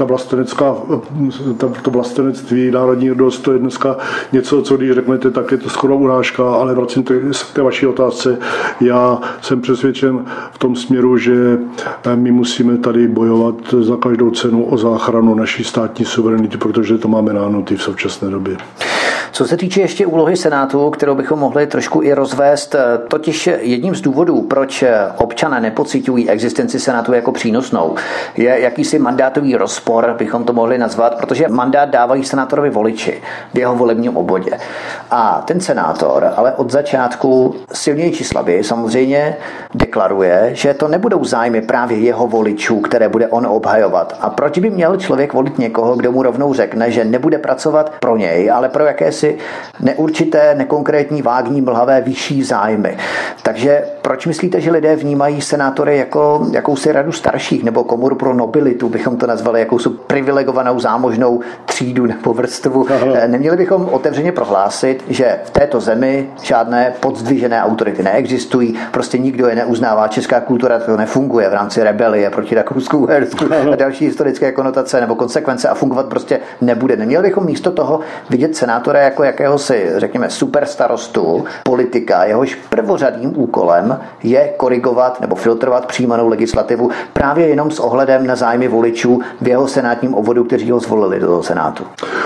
to vlastenectví, národní hrdost, to je dneska něco, co když řeknete, tak je to skoro urážka, ale vracím k té vaší otázce. Já jsem přesvědčen v tom směru, že my musíme tady bojovat za každou cenu o záchranu naší státní suverenity, protože to máme náhnutý v současné době. Co se týče ještě úlohy Senátu, kterou bychom mohli trošku i rozvést, totiž jedním z důvodů, proč občané nepociťují existenci Senátu jako přínosnou, je jakýsi mandátový rozpor, bychom to mohli nazvat, protože mandát dávají senátorovi voliči v jeho volebním obvodě. A ten senátor ale od začátku silněji či slaběji samozřejmě deklaruje, že to nebudou zájmy právě jeho voličů, které bude on obhajovat. A proč by měl člověk volit někoho, kdo mu rovnou řekne, že nebude pracovat pro něj, ale pro jakési neurčité, nekonkrétní, vágní, mlhavé vyšší zájmy. Takže proč myslíte, že lidé vnímají senátory jako jakousi radu starších nebo komoru pro nobilitu, bychom to nazvali jakousi privilegovanou zámožnou třídu nebo vrstvu? Neměli bychom otevřeně prohlásit, že v této zemi žádné podzdvižené autority neexistují, prostě nikdo je neuznává, česká kultura to nefunguje v rámci rebelie proti Rakousku-Uhersku a další historické konotace nebo konsekvence a fungovat prostě nebude. Neměli bychom místo toho vidět senátora jako jakéhosi, řekněme, superstarostu, politika, jehož prvořadým úkolem je korigovat nebo filtrovat přijímanou legislativu právě jenom s ohledem na zájmy voličů v jeho senátním obvodu, kteří ho zvolili do toho Senátu?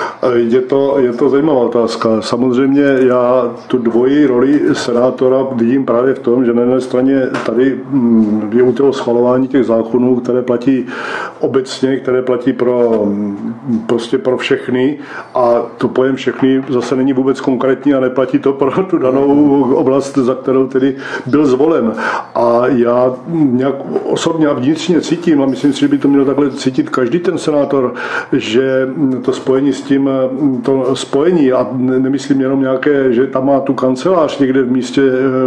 Je to zajímavá otázka. Samozřejmě já tu dvojí roli senátora vidím právě v tom, že na jedné straně tady je u toho schvalování těch zákonů, které platí obecně, které platí prostě pro všechny, a to pojem všechny zase není vůbec konkrétní a neplatí to pro tu danou oblast, za kterou tedy byl zvolen. A já nějak osobně a vnitřně cítím, a myslím si, že by to měl takhle cítit každý ten senátor, že to spojení s tím spojení a nemyslím jenom nějaké, že tam má tu kancelář někde v místě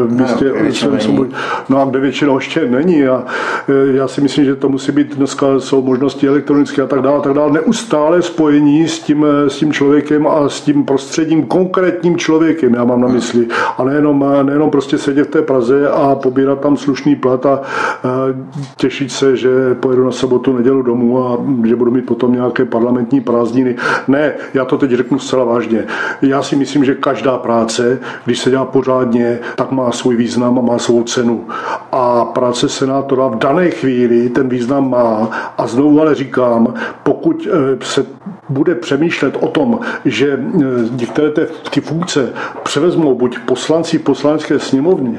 no a kde většinou ještě není a já si myslím, že to musí být dneska jsou možnosti elektronické a tak dále, neustále spojení s tím člověkem a s tím prostředím, konkrétním člověkem, já mám na mysli. A nejenom prostě sedět v té Praze a pobírat tam slušný plat a těšit se, že pojedu na sobotu, nedělu domů a že budu mít potom nějaké parlamentní prázdniny. Ne, já to teď řeknu zcela vážně. Já si myslím, že každá práce, když se dělá pořádně, tak má svůj význam a má svou cenu. A práce senátora v dané chvíli ten význam má. A znovu ale říkám, pokud se bude přemýšlet o tom, že některé ty funkce převezmou buď poslanci v poslanecké sněmovně,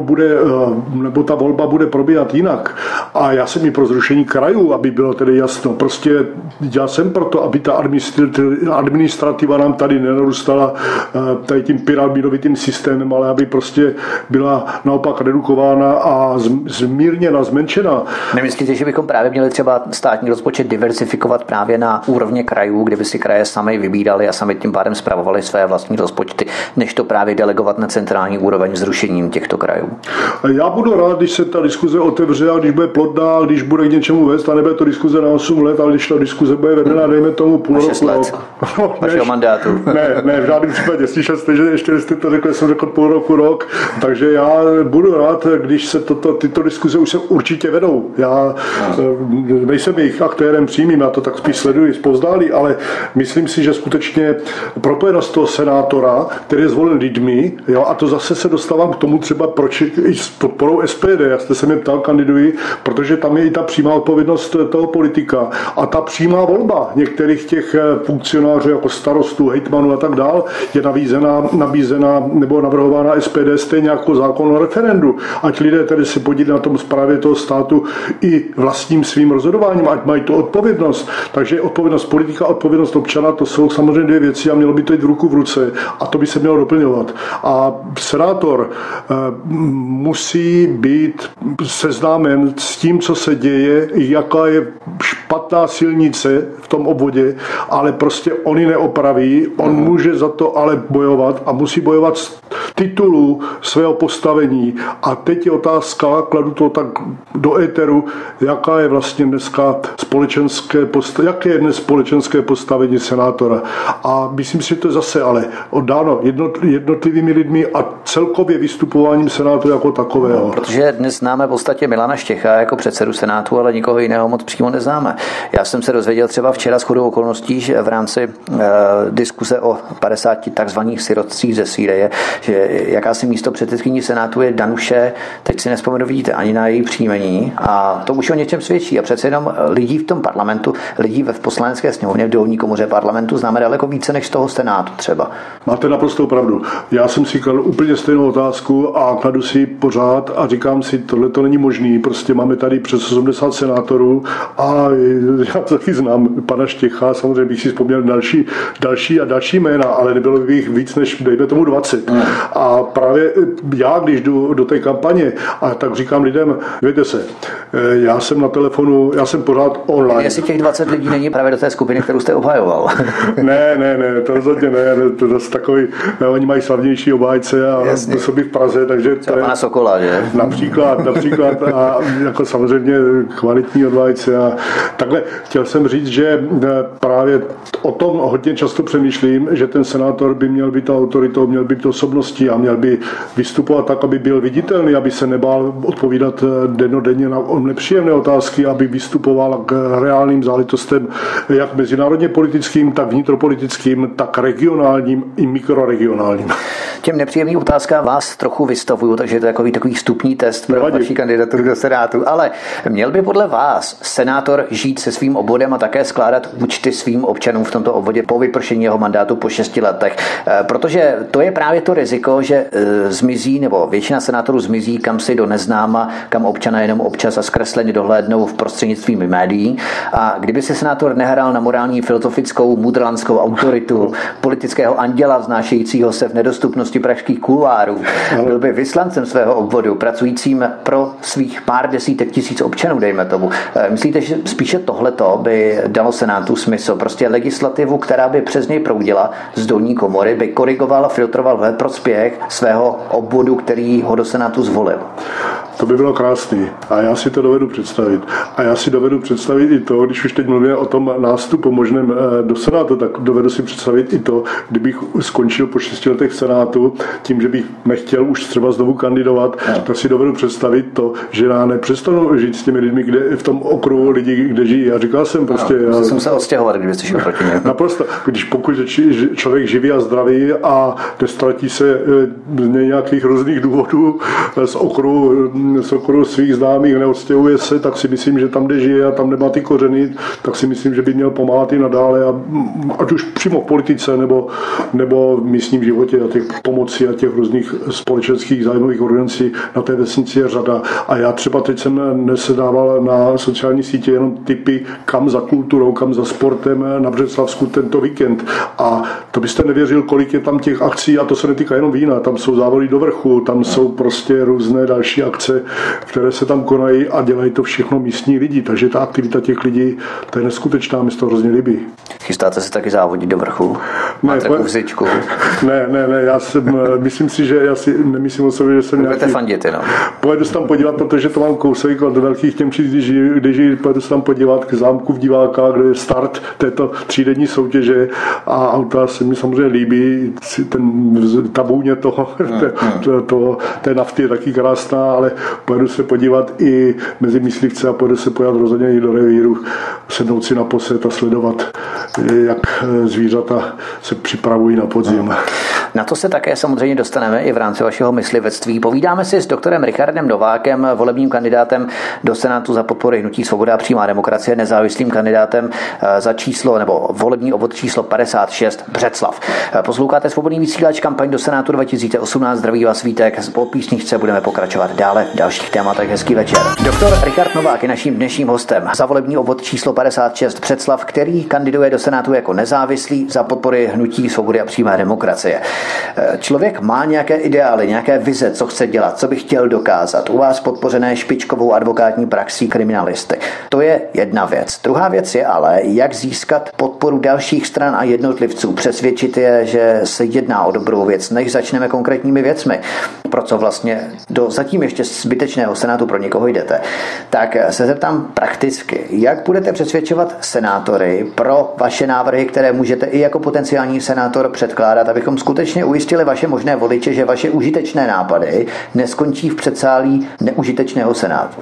nebo ta volba bude probíhat jinak. A já jsem i pro zrušení krajů, aby bylo tedy jasno. Prostě já jsem proto, aby ta administrativa nám tady nenarůstala tady tím pyramidovitým systémem, ale aby prostě byla naopak redukována a zmírněna, zmenšena. Nemyslíte, že bychom právě měli třeba státní rozpočet diversifikovat právě na úrovně krajů, kde by si kraje sami vybírali a sami tím pádem spravovali své vlastní rozpočty, než to právě delegovat na centrální úroveň zrušením těchto krajů? Já budu rád, když se ta diskuze otevře a když bude plodná, když bude k něčemu vést, a nebude to diskuze na 8 let, ale když ta diskuze bude vedena, dejme tomu půl roku. Vašeho mandátu. Ne, v žádném případě. Slyšel jste, že ještě jste to řekl, jsem řekl půl roku, rok, takže já budu rád, když se tyto diskuze už se určitě vedou. Já nejsem jejich aktérem přímým, já to tak spíš sleduji zpovzdálí, ale myslím si, že skutečně propojenost toho senátora, který je zvolen lidmi, jo, a to zase se dostávám k tomu třeba, proč i s podporou SPD, jak jste se mě ptal, kandiduji, protože tam je i ta přímá odpovědnost toho politika a ta přímá volba některých těch funkcionářů jako starostů, hejtmanů a tak dál je nabízena nebo navrhována SPD stejně jako zákon o referendu. Ať lidé tedy si podílí na tom správě toho státu i vlastním svým rozhodováním, ať mají tu odpovědnost. Takže odpovědnost politika a odpovědnost občana, to jsou samozřejmě dvě věci a mělo by to jít v ruku v ruce a to by se mělo doplňovat. A senátor musí být seznámen s tím, co se děje, jaká je špatná silnice v tom obvodě, ale prostě on ji neopraví, on může za to ale bojovat a musí bojovat z titulu svého postavení. A teď je otázka, kladu to tak do éteru, jaká je vlastně dneska jaké je dnes společenské postavení senátora. A myslím si, že to je zase ale oddáno jednotlivými lidmi a celkově vystupováním senátu jako takového. Protože dnes známe v podstatě Milana Štěcha jako předsedu senátu, ale nikoho jiného moc přímo neznáme. Já jsem se dozvěděl třeba včera shodou okolností, že v rámci diskuse o 50 takzvaných sirotcích ze Sýrie, že jakási místo předsedkyní senátu je Danuše, teď si nevzpomenu, vidíte, ani na její příjmení a to už o něčem svědčí. A přece jenom lidí v tom parlamentu, lidí v poslanecké sněmovně, v dolní komoře parlamentu známe daleko více než z toho senátu třeba. Máte naprostou pravdu. Já jsem si kladl úplně stejnou otázku a kladu si pořád a říkám si, tohle to není možný. Prostě máme tady přes 80 senátorů a já taky znám pana Štěcha, samozřejmě bych si vzpomněl další jména, ale nebylo by jich víc než, dejme tomu 20. A právě já, když jdu do té kampaně, a tak říkám lidem, věděte se, já jsem na telefonu, já jsem pořád online. Jestli těch 20 lidí není právě do té skupiny, kterou jste obhajoval. Ne, to rozhodně ne, to je zase takový, oni mají slavnější obhájce a působí v Praze, takže třeba pana Sokola, že? Například a jako samozřejmě kvalitní obhájce a takhle. Chtěl jsem říct, že právě o tom hodně často přemýšlím, že ten senátor by měl být autoritou, měl být osobností a měl by vystupovat tak, aby byl viditelný, aby se nebál odpovídat dennodenně na nepříjemné otázky, aby vystupoval k reálným záležitostem jak mezinárodně politickým, tak vnitropolitickým, tak regionálním i mikroregionálním. Těm nepříjemným otázkám vás trochu vystavuju, takže je to takový vstupní test pro vaši kandidaturu do senátu. Ale měl by podle vás senátor žít se svým obvodem a také skládat účty svým občanům v tomto obvodě po vypršení jeho mandátu po 6 letech? Protože to je právě to riziko, že zmizí, nebo většina senátorů zmizí kam si do neznáma, kam občana jenom občas a zkresleně dohlédnou v prostřednictvím médií. A kdyby se senátor nehrál na morální filozofickou mudrlandskou autoritu politického anděla vznášejícího se v nedostupnosti bezpečnosti pražských kulvárů, byl by vyslancem svého obvodu, pracujícím pro svých pár desítek tisíc občanů, dejme tomu. Myslíte, že spíše tohleto by dalo Senátu smysl? Prostě legislativu, která by přes něj proudila z dolní komory, by korigoval a filtroval ve prospěch svého obvodu, který ho do Senátu zvolil. To by bylo krásný a já si to dovedu představit. A já si dovedu představit i to, když už teď mluvíme o tom nástupu možném do Senátu, tak dovedu si představit i to, kdybych skončil po 6 letech v Senátu, tím, že bych nechtěl už třeba znovu kandidovat, tak si dovedu představit to, že já nepřestanu žít s těmi lidmi, kde v tom okruhu lidí, kde žijí. Já říkal jsem prostě... Já jsem se odstěhovat, kdybyste šel proti němu. Naprosto. Pokud člověk živý a zdravý a nestratí se z nějakých různých důvodů z okruhu svých známých, neodstěhuje se, tak si myslím, že tam, kde žije a tam nemá ty kořeny, tak si myslím, že by měl pomáhat i nadále, ať už přímo v politice nebo v místním životě a těch pomocí a těch různých společenských zájmových organizací na té vesnici je řada. A já třeba teď jsem nesedával na sociální sítě jenom tipy, kam za kulturou, kam za sportem na Břeclavsku tento víkend. A to byste nevěřil, kolik je tam těch akcí, a to se netýká jenom vína, tam jsou závody do vrchu, tam jsou prostě různé další akce, které se tam konají a dělají to všechno místní lidi. Takže ta aktivita těch lidí, to je neskutečná, mi to hrozně líbí. Chystáte se taky závodit do vrchu? Máte vzičku? Ne, myslím si, že já si nemyslím o sobě, že jsem nějaký... fandit, no. Pojedu se tam podívat, protože to mám kousek od Velkých Těmčic, když pojedu se tam podívat k zámku v Divákách, kde je start této třídenní soutěže a auta se mi samozřejmě líbí, ta vůně toho, té nafty je taky krásná, ale pojedu se podívat i mezi myslivce a pojedu se podívat rozhodně i do revíru, sednout si na posed a sledovat, jak zvířata se připravují na podzim. Na to se také samozřejmě dostaneme i v rámci vašeho myslivectví. Povídáme si s doktorem Richardem Novákem, volebním kandidátem do Senátu za podpory Hnutí Svoboda a přímá demokracie, nezávislým kandidátem za číslo nebo volební obvod číslo 56 Břeclav. Posloucháte Svobodný vysílač, kampaň do Senátu 2018. Zdraví vás Vítek. Po písničce budeme pokračovat dále v dalších tématech. Hezký večer. Doktor Richard Novák je naším dnešním hostem za volební obvod číslo 56 Břeclav, který kandiduje do Senátu jako nezávislý za podpory Hnutí Svobody a přímé demokracie. Člověk má nějaké ideály, nějaké vize, co chce dělat, co by chtěl dokázat. U vás podpořené špičkovou advokátní praxí kriminalisty. To je jedna věc. Druhá věc je ale, jak získat podporu dalších stran a jednotlivců. Přesvědčit je, že se jedná o dobrou věc, než začneme konkrétními věcmi. Pro co vlastně do zatím ještě zbytečného Senátu pro někoho jdete. Tak se zeptám prakticky, jak budete přesvědčovat senátory pro vaše návrhy, které můžete i jako potenciální senátor předkládat, abychom skutečně ujistili vaše možné voliče, že vaše užitečné nápady neskončí v předsálí neužitečného Senátu.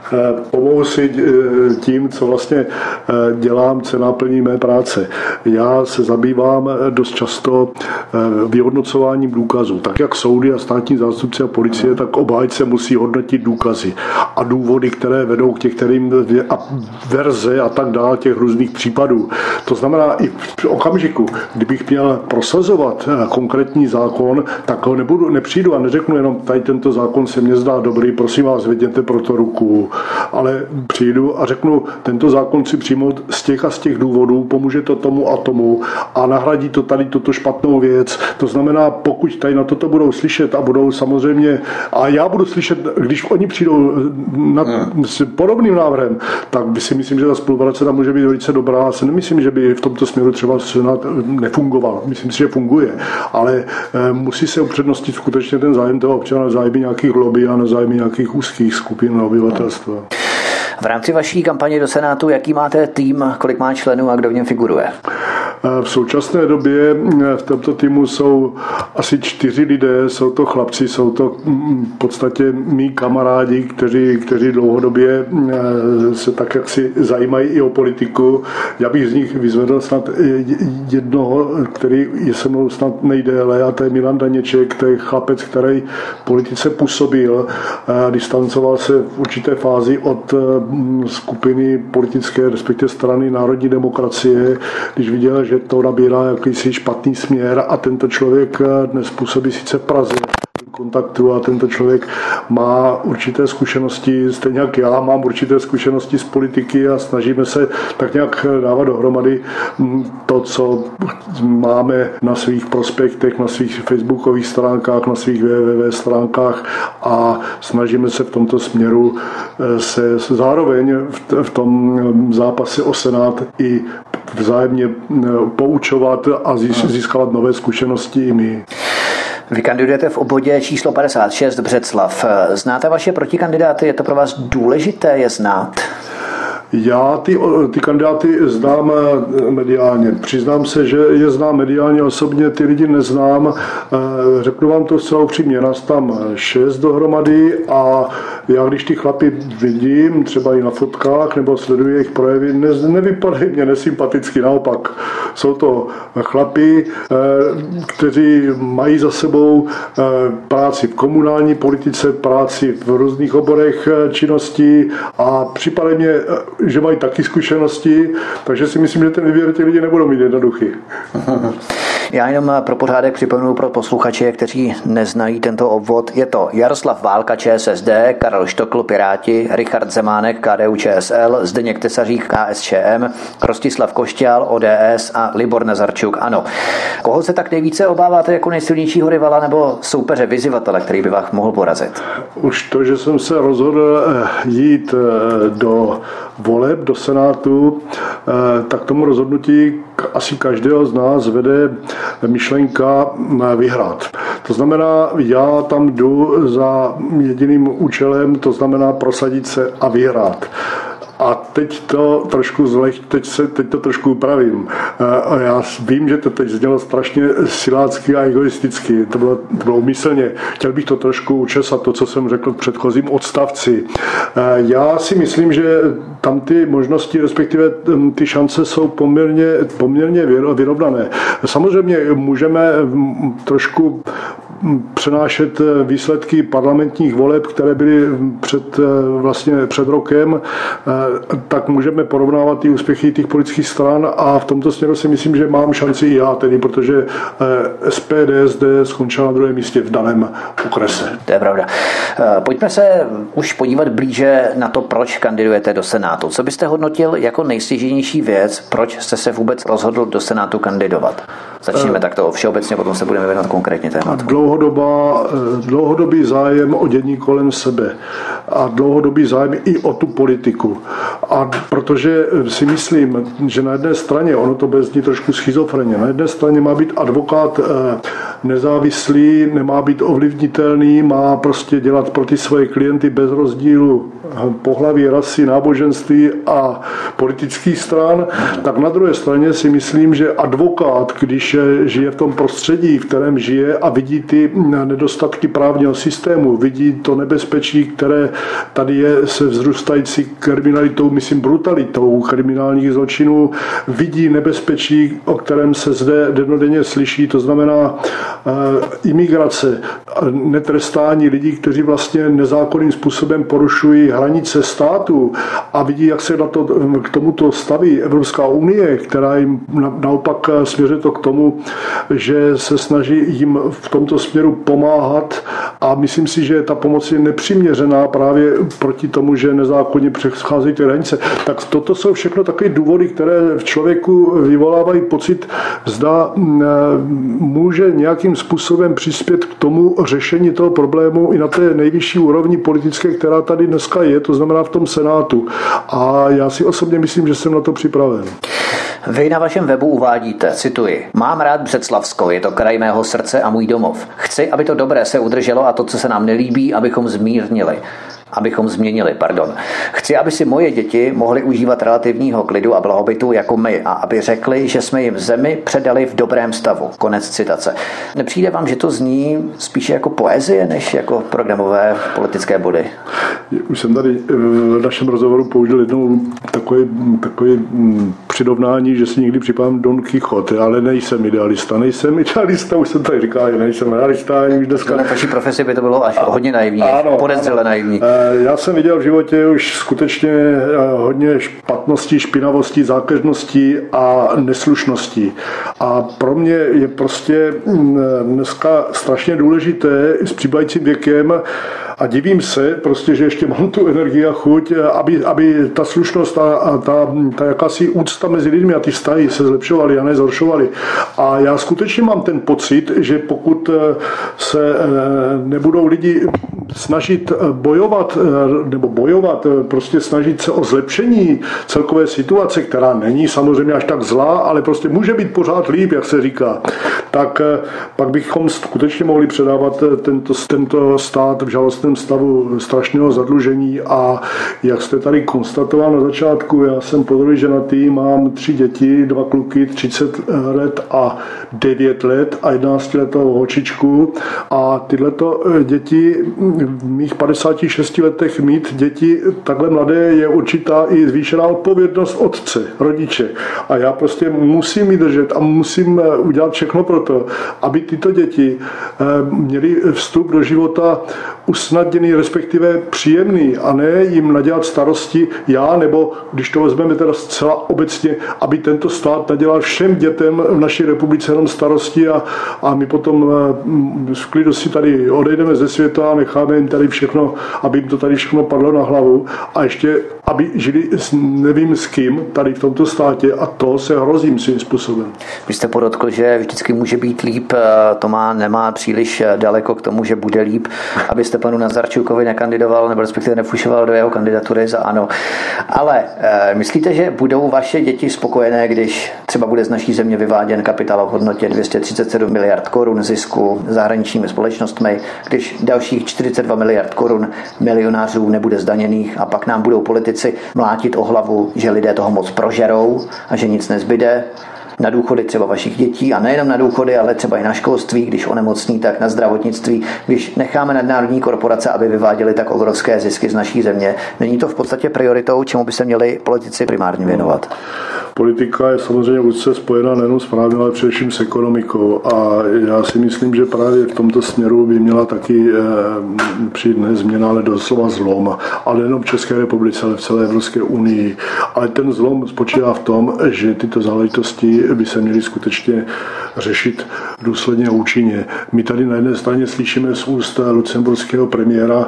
Pomohu si tím, co vlastně dělám, co náplní mé práce. Já se zabývám dost často vyhodnocováním důkazů. Tak jak soudy a státní zástupci a policie, tak obhájce musí hodnotit důkazy a důvody, které vedou k těch, kterým a verze a tak dále těch různých případů. To znamená, i v okamžiku, kdybych měl prosazovat konkrétní zákon, tak ho nepřijdu a neřeknu jenom, tady tento zákon se mně zdá dobrý, prosím vás, vedněte pro to ruku. Ale přijdu a řeknu, tento zákon si přijmout z těch důvodů, pomůže to tomu a tomu a nahradí to tady tuto špatnou věc. To znamená, pokud tady na toto budou slyšet a budou samozřejmě, a já budu slyšet, když oni přijdou s podobným návrhem, tak si myslím, že ta spolupráce tam může být velice dobrá. Já si nemyslím, že by v tomto směru třeba Senát nefungoval. Myslím si, že funguje, ale musí se upřednostnit skutečně ten zájem toho občana na zájmy nějakých lobby a na zájmy nějakých úzkých skupin obyvatelstva. V rámci vaší kampaně do Senátu, jaký máte tým, kolik má členů a kdo v něm figuruje? V současné době v tomto týmu jsou asi 4 lidé, jsou to chlapci, jsou to v podstatě mý kamarádi, kteří dlouhodobě se tak jaksi zajímají i o politiku. Já bych z nich vyzvedl snad jednoho, který je se mnou snad nejdéle, a to je Milan Daněček, to je chlapec, který v politice působil, distancoval se v určité fázi od skupiny politické, respektive strany národní demokracie, když viděl, že to nabírá jakýsi špatný směr a tento člověk dnes působí sice v Praze, kontaktu a tento člověk má určité zkušenosti, stejně jak já mám určité zkušenosti z politiky a snažíme se tak nějak dávat dohromady to, co máme na svých prospektech, na svých facebookových stránkách, na svých www stránkách a snažíme se v tomto směru se zároveň v tom zápase o Senát i vzájemně poučovat a získávat nové zkušenosti i my. Vy kandidujete v obvodě číslo 56 Břeclav. Znáte vaše protikandidáty? Je to pro vás důležité je znát? Já ty kandidáty znám mediálně. Přiznám se, že je znám mediálně, osobně ty lidi neznám. Řeknu vám to zcela upřímně, nás tam 6 dohromady a já když ty chlapy vidím, třeba i na fotkách, nebo sleduji jejich projevy, nevypadají mě nesympaticky, naopak. Jsou to chlapi, kteří mají za sebou práci v komunální politice, práci v různých oborech činnosti a připadají mě, že mají taky zkušenosti, takže si myslím, že ten výběr těch lidí nebudou mít jednoduchý. Já jenom pro pořádek připomenu pro posluchače, kteří neznají tento obvod. Je to Jaroslav Válka ČSSD, Karel Štokl Piráti, Richard Zemánek KDU ČSL, Zdeněk Tesařík KSČM, Rostislav Košťál ODS a Libor Nazarčuk ANO. Koho se tak nejvíce obáváte jako nejsilnějšího rivala nebo soupeře, vyzývatele, který by vás mohl porazit? Už to, že jsem se rozhodl jít do voleb, do Senátu, tak tomu rozhodnutí asi každého z nás vede myšlenka vyhrát. To znamená, já tam jdu za jediným účelem, to znamená prosadit se a vyhrát. A teď to trošku teď to trošku upravím. A já vím, že to teď znělo strašně silácky a egoisticky. To bylo úmyslně. Chtěl bych to trošku učesat, to, co jsem řekl v předchozím odstavci. Já si myslím, že tam ty možnosti, respektive ty šance jsou poměrně vyrovnané. Samozřejmě můžeme trošku přenášet výsledky parlamentních voleb, které byly před rokem, tak můžeme porovnávat ty úspěchy těch politických stran a v tomto směru si myslím, že mám šanci i já, tedy, protože SPD zde skončila na druhém místě v daném okrese. To je pravda. Pojďme se už podívat blíže na to, proč kandidujete do Senátu. Co byste hodnotil jako nejstěžejnější věc, proč jste se vůbec rozhodl do Senátu kandidovat? Začněme takto všeobecně, potom se budeme věnovat konkrétně tématu. Dlouhodobý zájem o dění kolem sebe a dlouhodobý zájem i o tu politiku. A protože si myslím, že na jedné straně, ono to bude znít trošku schizofreně, na jedné straně má být advokát nezávislý, nemá být ovlivnitelný, má prostě dělat pro ty svoje klienty bez rozdílu pohlaví, rasy, náboženství a politických stran, tak na druhé straně si myslím, že advokát, když žije v tom prostředí, v kterém žije a vidí ty nedostatky právního systému, vidí to nebezpečí, které tady je se vzrůstající kriminalitou, myslím brutalitou kriminálních zločinů, vidí nebezpečí, o kterém se zde dennodenně slyší, to znamená imigrace, netrestání lidí, kteří vlastně nezákonným způsobem porušují hranice státu a vidí, jak se k tomuto staví Evropská unie, která jim naopak směřuje to k tomu, že se snaží jim v tomto směru pomáhat a myslím si, že ta pomoc je nepřiměřená právě proti tomu, že nezákonně přecházejí ty hranice. Tak toto jsou všechno takové důvody, které v člověku vyvolávají pocit, zda může nějakým způsobem přispět k tomu řešení toho problému i na té nejvyšší úrovni politické, která tady dneska je, to znamená v tom Senátu. A já si osobně myslím, že jsem na to připraven. Vy na vašem webu uvádíte, cituji, mám rád Břeclavsko, je to kraj mého srdce a můj domov. Chci, aby to dobré se udrželo a to, co se nám nelíbí, abychom změnili. Chci, aby si moje děti mohly užívat relativního klidu a blahobytu jako my a aby řekli, že jsme jim zemi předali v dobrém stavu. Konec citace. Nepřijde vám, že to zní spíše jako poezie, než jako programové politické body? Už jsem tady v našem rozhovoru použil jednou takový přirovnání, že si někdy připadám Don Quixote, ale nejsem idealista, už jsem tady říkal, že nejsem realista, už dneska. Na vaší profesi by to bylo až hodně naivní, podezřele naivní. Já jsem viděl v životě už skutečně hodně špatností, špinavostí, zákeřností a neslušností. A pro mě je prostě dneska strašně důležité s přibývajícím věkem a divím se prostě, že ještě mám tu energii a chuť, aby ta slušnost a ta jakási úcta mezi lidmi a ty vztahy se zlepšovaly a nezhoršovaly. A já skutečně mám ten pocit, že pokud se nebudou lidi snažit bojovat, prostě snažit se o zlepšení celkové situace, která není samozřejmě až tak zlá, ale prostě může být pořád líp, jak se říká, tak pak bychom skutečně mohli předávat tento stát v žalostném stavu strašného zadlužení a jak jste tady konstatoval na začátku, já jsem podruhý ženatý, mám 3 děti, 2 kluky, 30 let a 9 let a 11letou holčičku a tyhleto děti v mých 56 letech mít děti takhle mladé je určitá i zvýšená odpovědnost otce, rodiče. A já prostě musím vydržet a musím udělat všechno pro to, aby tyto děti měly vstup do života usnadněný, respektive příjemný a ne jim nadělat starosti já, nebo když to vezmeme teda zcela obecně, aby tento stát nadělal všem dětem v naší republice jenom starosti a my potom v klidu si tady odejdeme ze světa a necháme jim tady všechno, aby jim to tady všechno padlo na hlavu a ještě, aby žili nevím s kým tady v tomto státě a to se hrozím svým způsobem. Vy jste podotkl, že vždycky může být líp, to nemá příliš daleko k tomu, že bude líp, abyste panu Nazarčukovi nekandidoval, nebo respektive nefušoval do jeho kandidatury za ANO. Ale myslíte, že budou vaše děti spokojené, když třeba bude z naší země vyváděn kapitál v hodnotě 237 miliard korun zisku zahraničními společnostmi, když dalších 42 miliard korun milionářů nebude zdaněných a pak nám budou politici mlátit o hlavu, že lidé toho moc prožerou a že nic nezbyde na důchody třeba vašich dětí a nejenom na důchody, ale třeba i na školství, když onemocní, tak na zdravotnictví, když necháme nadnárodní korporace, aby vyváděly tak obrovské zisky z naší země. Není to v podstatě prioritou, čemu by se měli politici primárně věnovat? Politika je samozřejmě úzce spojená nejen s právem, ale především s ekonomikou a já si myslím, že právě v tomto směru by měla taky přijít ne změna, ale doslova zlom. Ale nejenom v České republice, ale v celé Evropské unii. Ale ten zlom spočívá v tom, že tyto záležitosti by se měly skutečně řešit důsledně a účinně. My tady na jedné straně slyšíme z úst lucemburského premiéra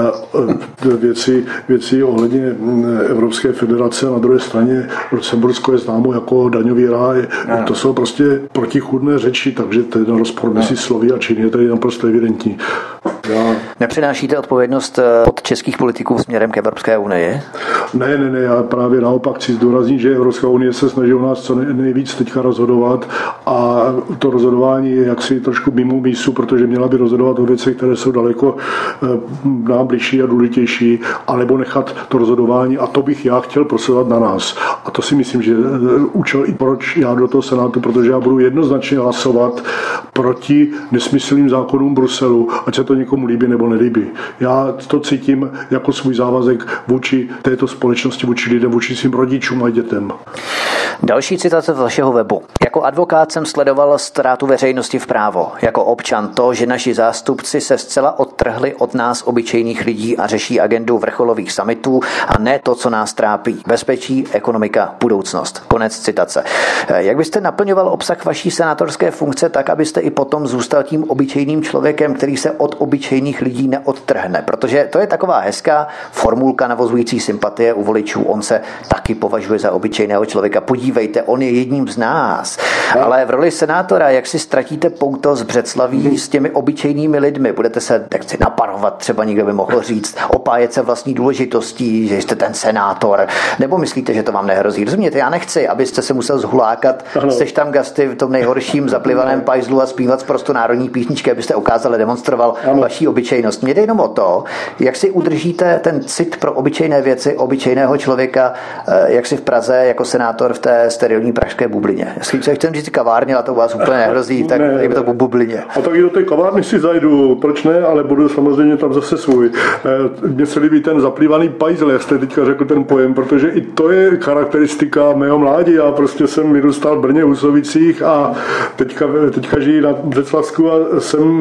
věci ohledně Evropské federace a na druhé straně Lucembursko je známo jako daňový ráj. To jsou prostě protichůdné řeči, takže ten rozpor mezi slovy a činy je tady naprosto evidentní. Nepřenášíte odpovědnost od českých politiků směrem k Evropské unii? Ne, já právě naopak chci zdůraznit, že Evropská unie se snaží u nás co nejvíc teďka rozhodovat a to rozhodování je jaksi trošku mimo mísu, protože měla by rozhodovat o věcech, které jsou daleko nám bližší a důležitější, alebo nechat to rozhodování a to bych já chtěl prosazovat na nás. A to si myslím, že účel i proč já do toho Senátu, protože já budu jednoznačně hlasovat proti nesmyslným zákonům Bruselu, ať se to někomu líbí nebo nelíbí. Já to cítím jako svůj závazek vůči této společnosti, vůči lidem, vůči svým rodičům a dětem. Další citace z vašeho webu. Jako advokát jsem sledoval ztrátu veřejnosti v právo. Jako občan to, že naši zástupci se zcela odtrhli od nás obyčejných lidí a řeší agendu vrcholových summitů a ne to, co nás trápí. Bezpečí, ekonomika, budoucnost. Konec citace. Jak byste naplňoval obsah vaší senátorské funkce tak, abyste i potom zůstal tím obyčejným člověkem, který se od obyčejných lidí neodtrhne? Protože to je taková hezká formulka navozující sympatie u voličů. On se taky považuje za obyčejného člověka. Podívejte, on je jedním z nás. Ale v roli senátora, jak si ztratíte pouto z Břeclaví s těmi obyčejnými lidmi? Budete se nechci naparovat, třeba někdo by mohl říct, opájet se vlastní důležitostí, že jste ten senátor, nebo myslíte, že to vám nehrozí? Rozumíte, já nechci, abyste se musel zhulákat se štamgasty v tom nejhorším zaplivaném pajzlu a zpívat prostě národní písničky, abyste ukázal a demonstroval vaši vaší obyčejnost. Mně jde jenom o to, jak si udržíte ten cit pro obyčejné věci obyčejného člověka, jak si v Praze jako senátor v té sterilní pražské bublině. Jestli chcem říct kavárně, a to vás úplně nehrozí, tak je to po bublině. A tak i do té kavárny si zajdu, proč ne, ale budu samozřejmě tam zase svůj. Mně se líbí ten zaplývaný pajzl, jak jste teďka řekl ten pojem, protože i to je charakteristika mého mládí. Já prostě jsem vyrůstal v Brně, Husovicích a teďka žiji na Břeclavsku a jsem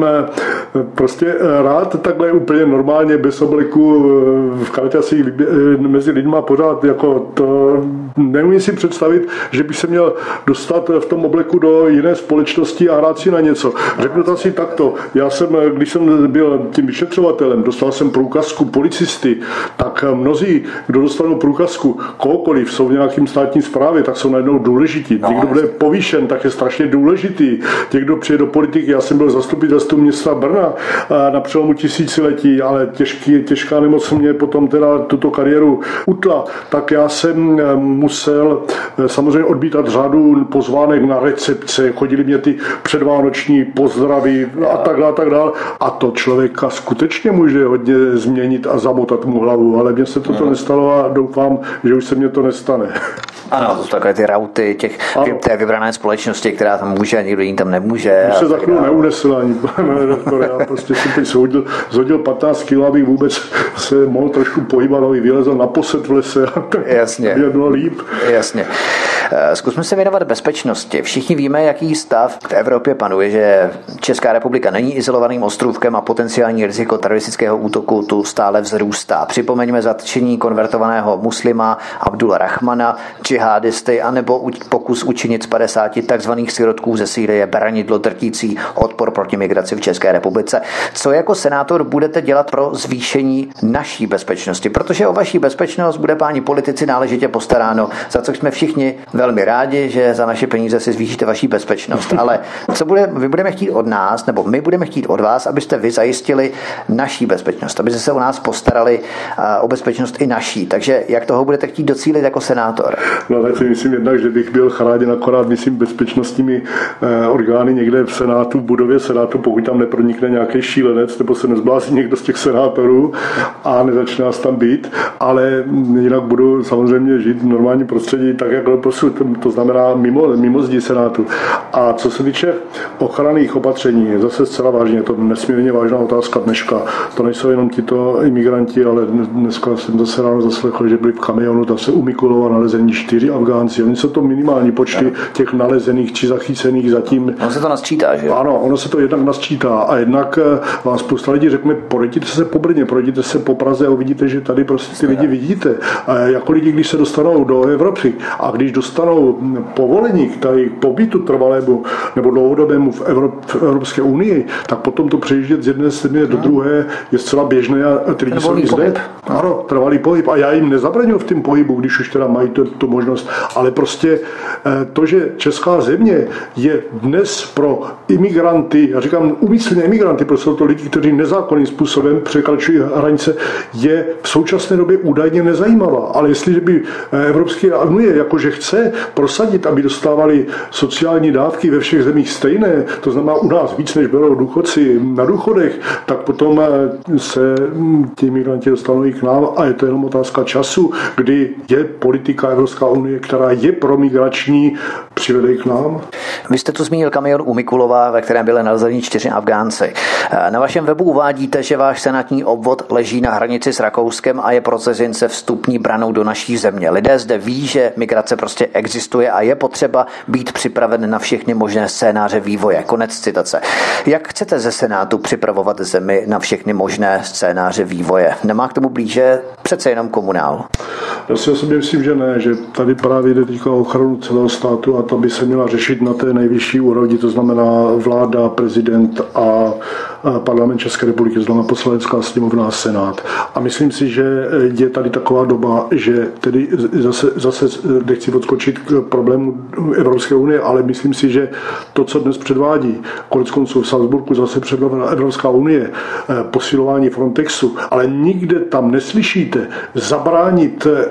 prostě rád takhle úplně normálně bez obleku v Kaleťasích mezi lidma pořád, jako to neumím si představit, že bych se měl dostat v tom obleku do jiné společnosti a hrát si na něco. Řeknu to asi takto. Já jsem, když jsem byl tím vyšetřovatelem, dostal jsem průkazku policisty, tak mnozí, kdo dostanou průkazku kohokoliv, jsou v nějakým státní správě, tak jsou najednou důležití. Někdo bude povýšen, tak je strašně důležitý. Někdo přijde do politiky, já jsem byl zastupitelstvu města Brna na přelomu tisíciletí, ale těžká nemoc mě potom teda tuto kariéru utla, tak já jsem musel samozřejmě odmítat řadu pozvánek na recepce, chodili mě ty předvánoční pozdravy a tak dále. A to člověka skutečně může hodně změnit a zamotat mu hlavu, ale mně se toto nestalo a doufám, že už se mně to nestane. Ano, to jsou takové ty rauty té vybrané společnosti, která tam může a někdo jiný tam nemůže. Už se za chvíli neunesl ani, pane redaktore, já prostě jsem teď zhodil 15 kg, abych vůbec se mohl trošku pohýbat, abych vylezl naposled v lese a jasně. Mě bylo líp. Jasně. Zkusme se věnovat bezpečnosti. Všichni víme, jaký stav v Evropě panuje, že Česká republika není izolovaným ostrůvkem a potenciální riziko teroristického útoku tu stále vzrůstá. Připomeňme zatčení konvertovaného muslima Abdula Rahmana, džihadisty, anebo pokus učinit z 50 takzvaných sirotků ze Sýrie branidlo drtící odpor proti migraci v České republice. Co jako senátor budete dělat pro zvýšení naší bezpečnosti? Protože o vaší bezpečnost bude páni politici náležitě postaráno, za co jsme všichni velmi rádi, že za naše peníze si zvýšíte vaší bezpečnost. Ale my budeme chtít od nás, nebo my budeme chtít od vás, abyste vy zajistili naší bezpečnost, abyste se o nás postarali o bezpečnost i naší. Takže jak toho budete chtít docílit jako senátor? No tak si myslím jednak, že bych byl chráněn akorát, myslím, bezpečnostními orgány někde v Senátu, v budově Senátu, pokud tam nepronikne nějaký šílenec, nebo se nezblází někdo z těch senátorů a nezačne nás tam být, ale jinak budu samozřejmě žít v normálním prostředí, tak jak posud, to znamená mimo zdi Senátu. A co se týče ochranných opatření, je zase zcela vážně, je to nesmírně vážná otázka dneška. To nejsou jenom tito imigranti, ale dneska jsem zase ráno zaslechl, že byli v kamionu, tam se u Mikulova nalezení 4 Afgánci. Oni jsou to minimální počty těch nalezených či zachycených zatím. Ono se to nasčítá, že? Ano, ono se to jednak nasčítá a jednak vám spousta lidí řekne, projděte se po Brně, projděte se po Praze a uvidíte, že tady prostě ty lidi vidíte. A jako lidi, když se dostanou do Evropy a když dostanou povolení k pobytu trvalému nebo dlouhodobému v Evropské unii, tak potom to přejíždět z jedné země do druhé je zcela běžné a ty lidi jsou i zde. Ano, trvalý pohyb. A já jim nezabraňuji v tom pohybu, když už teda mají tu možnost, ale prostě to, že česká země je dnes pro imigranty, já říkám umyslně imigranty, protože jsou to lidi, kteří nezákonným způsobem překračují hranice, je v současné době údajně nezajímavá. Ale jestliže by Evropská unie jakože chce prosadit, aby dostávali sociální dávky ve všech zemích stejné, to znamená u nás víc, než berou důchodci na důchodech, tak potom se ti imigranti dostanou i k nám a je to jenom otázka času, kdy je politika Evropská unie, která je promigrační, přivede k nám. Vy jste tu zmínil kamion u Mikulova, ve kterém byly nalezeni 4 Afgánci. Na vašem webu uvádíte, že váš senátní obvod leží na hranici s Rakouskem a je pro cizince vstupní branou do naší země. Lidé zde ví, že migrace prostě existuje a je potřeba být připraven na všechny možné scénáře vývoje. Konec citace. Jak chcete ze Senátu připravovat zemi na všechny možné scénáře vývoje? Nemá k tomu blíže přece jenom komunál? Já si osobně myslím, že ne, že tady právě jde teďka o ochranu celého státu a to by se měla řešit na té nejvyšší úrovni, to znamená vláda, prezident a parlament České republiky, to znamená poslanecká sněmovna a senát. A myslím si, že je tady taková doba, že tedy zase nechci odskočit k problému Evropské unie, ale myslím si, že to, co dnes předvádí, koneckonců v Salzburgu zase předvedla Evropská unie, posilování Frontexu, ale nikde tam neslyšíte zabránit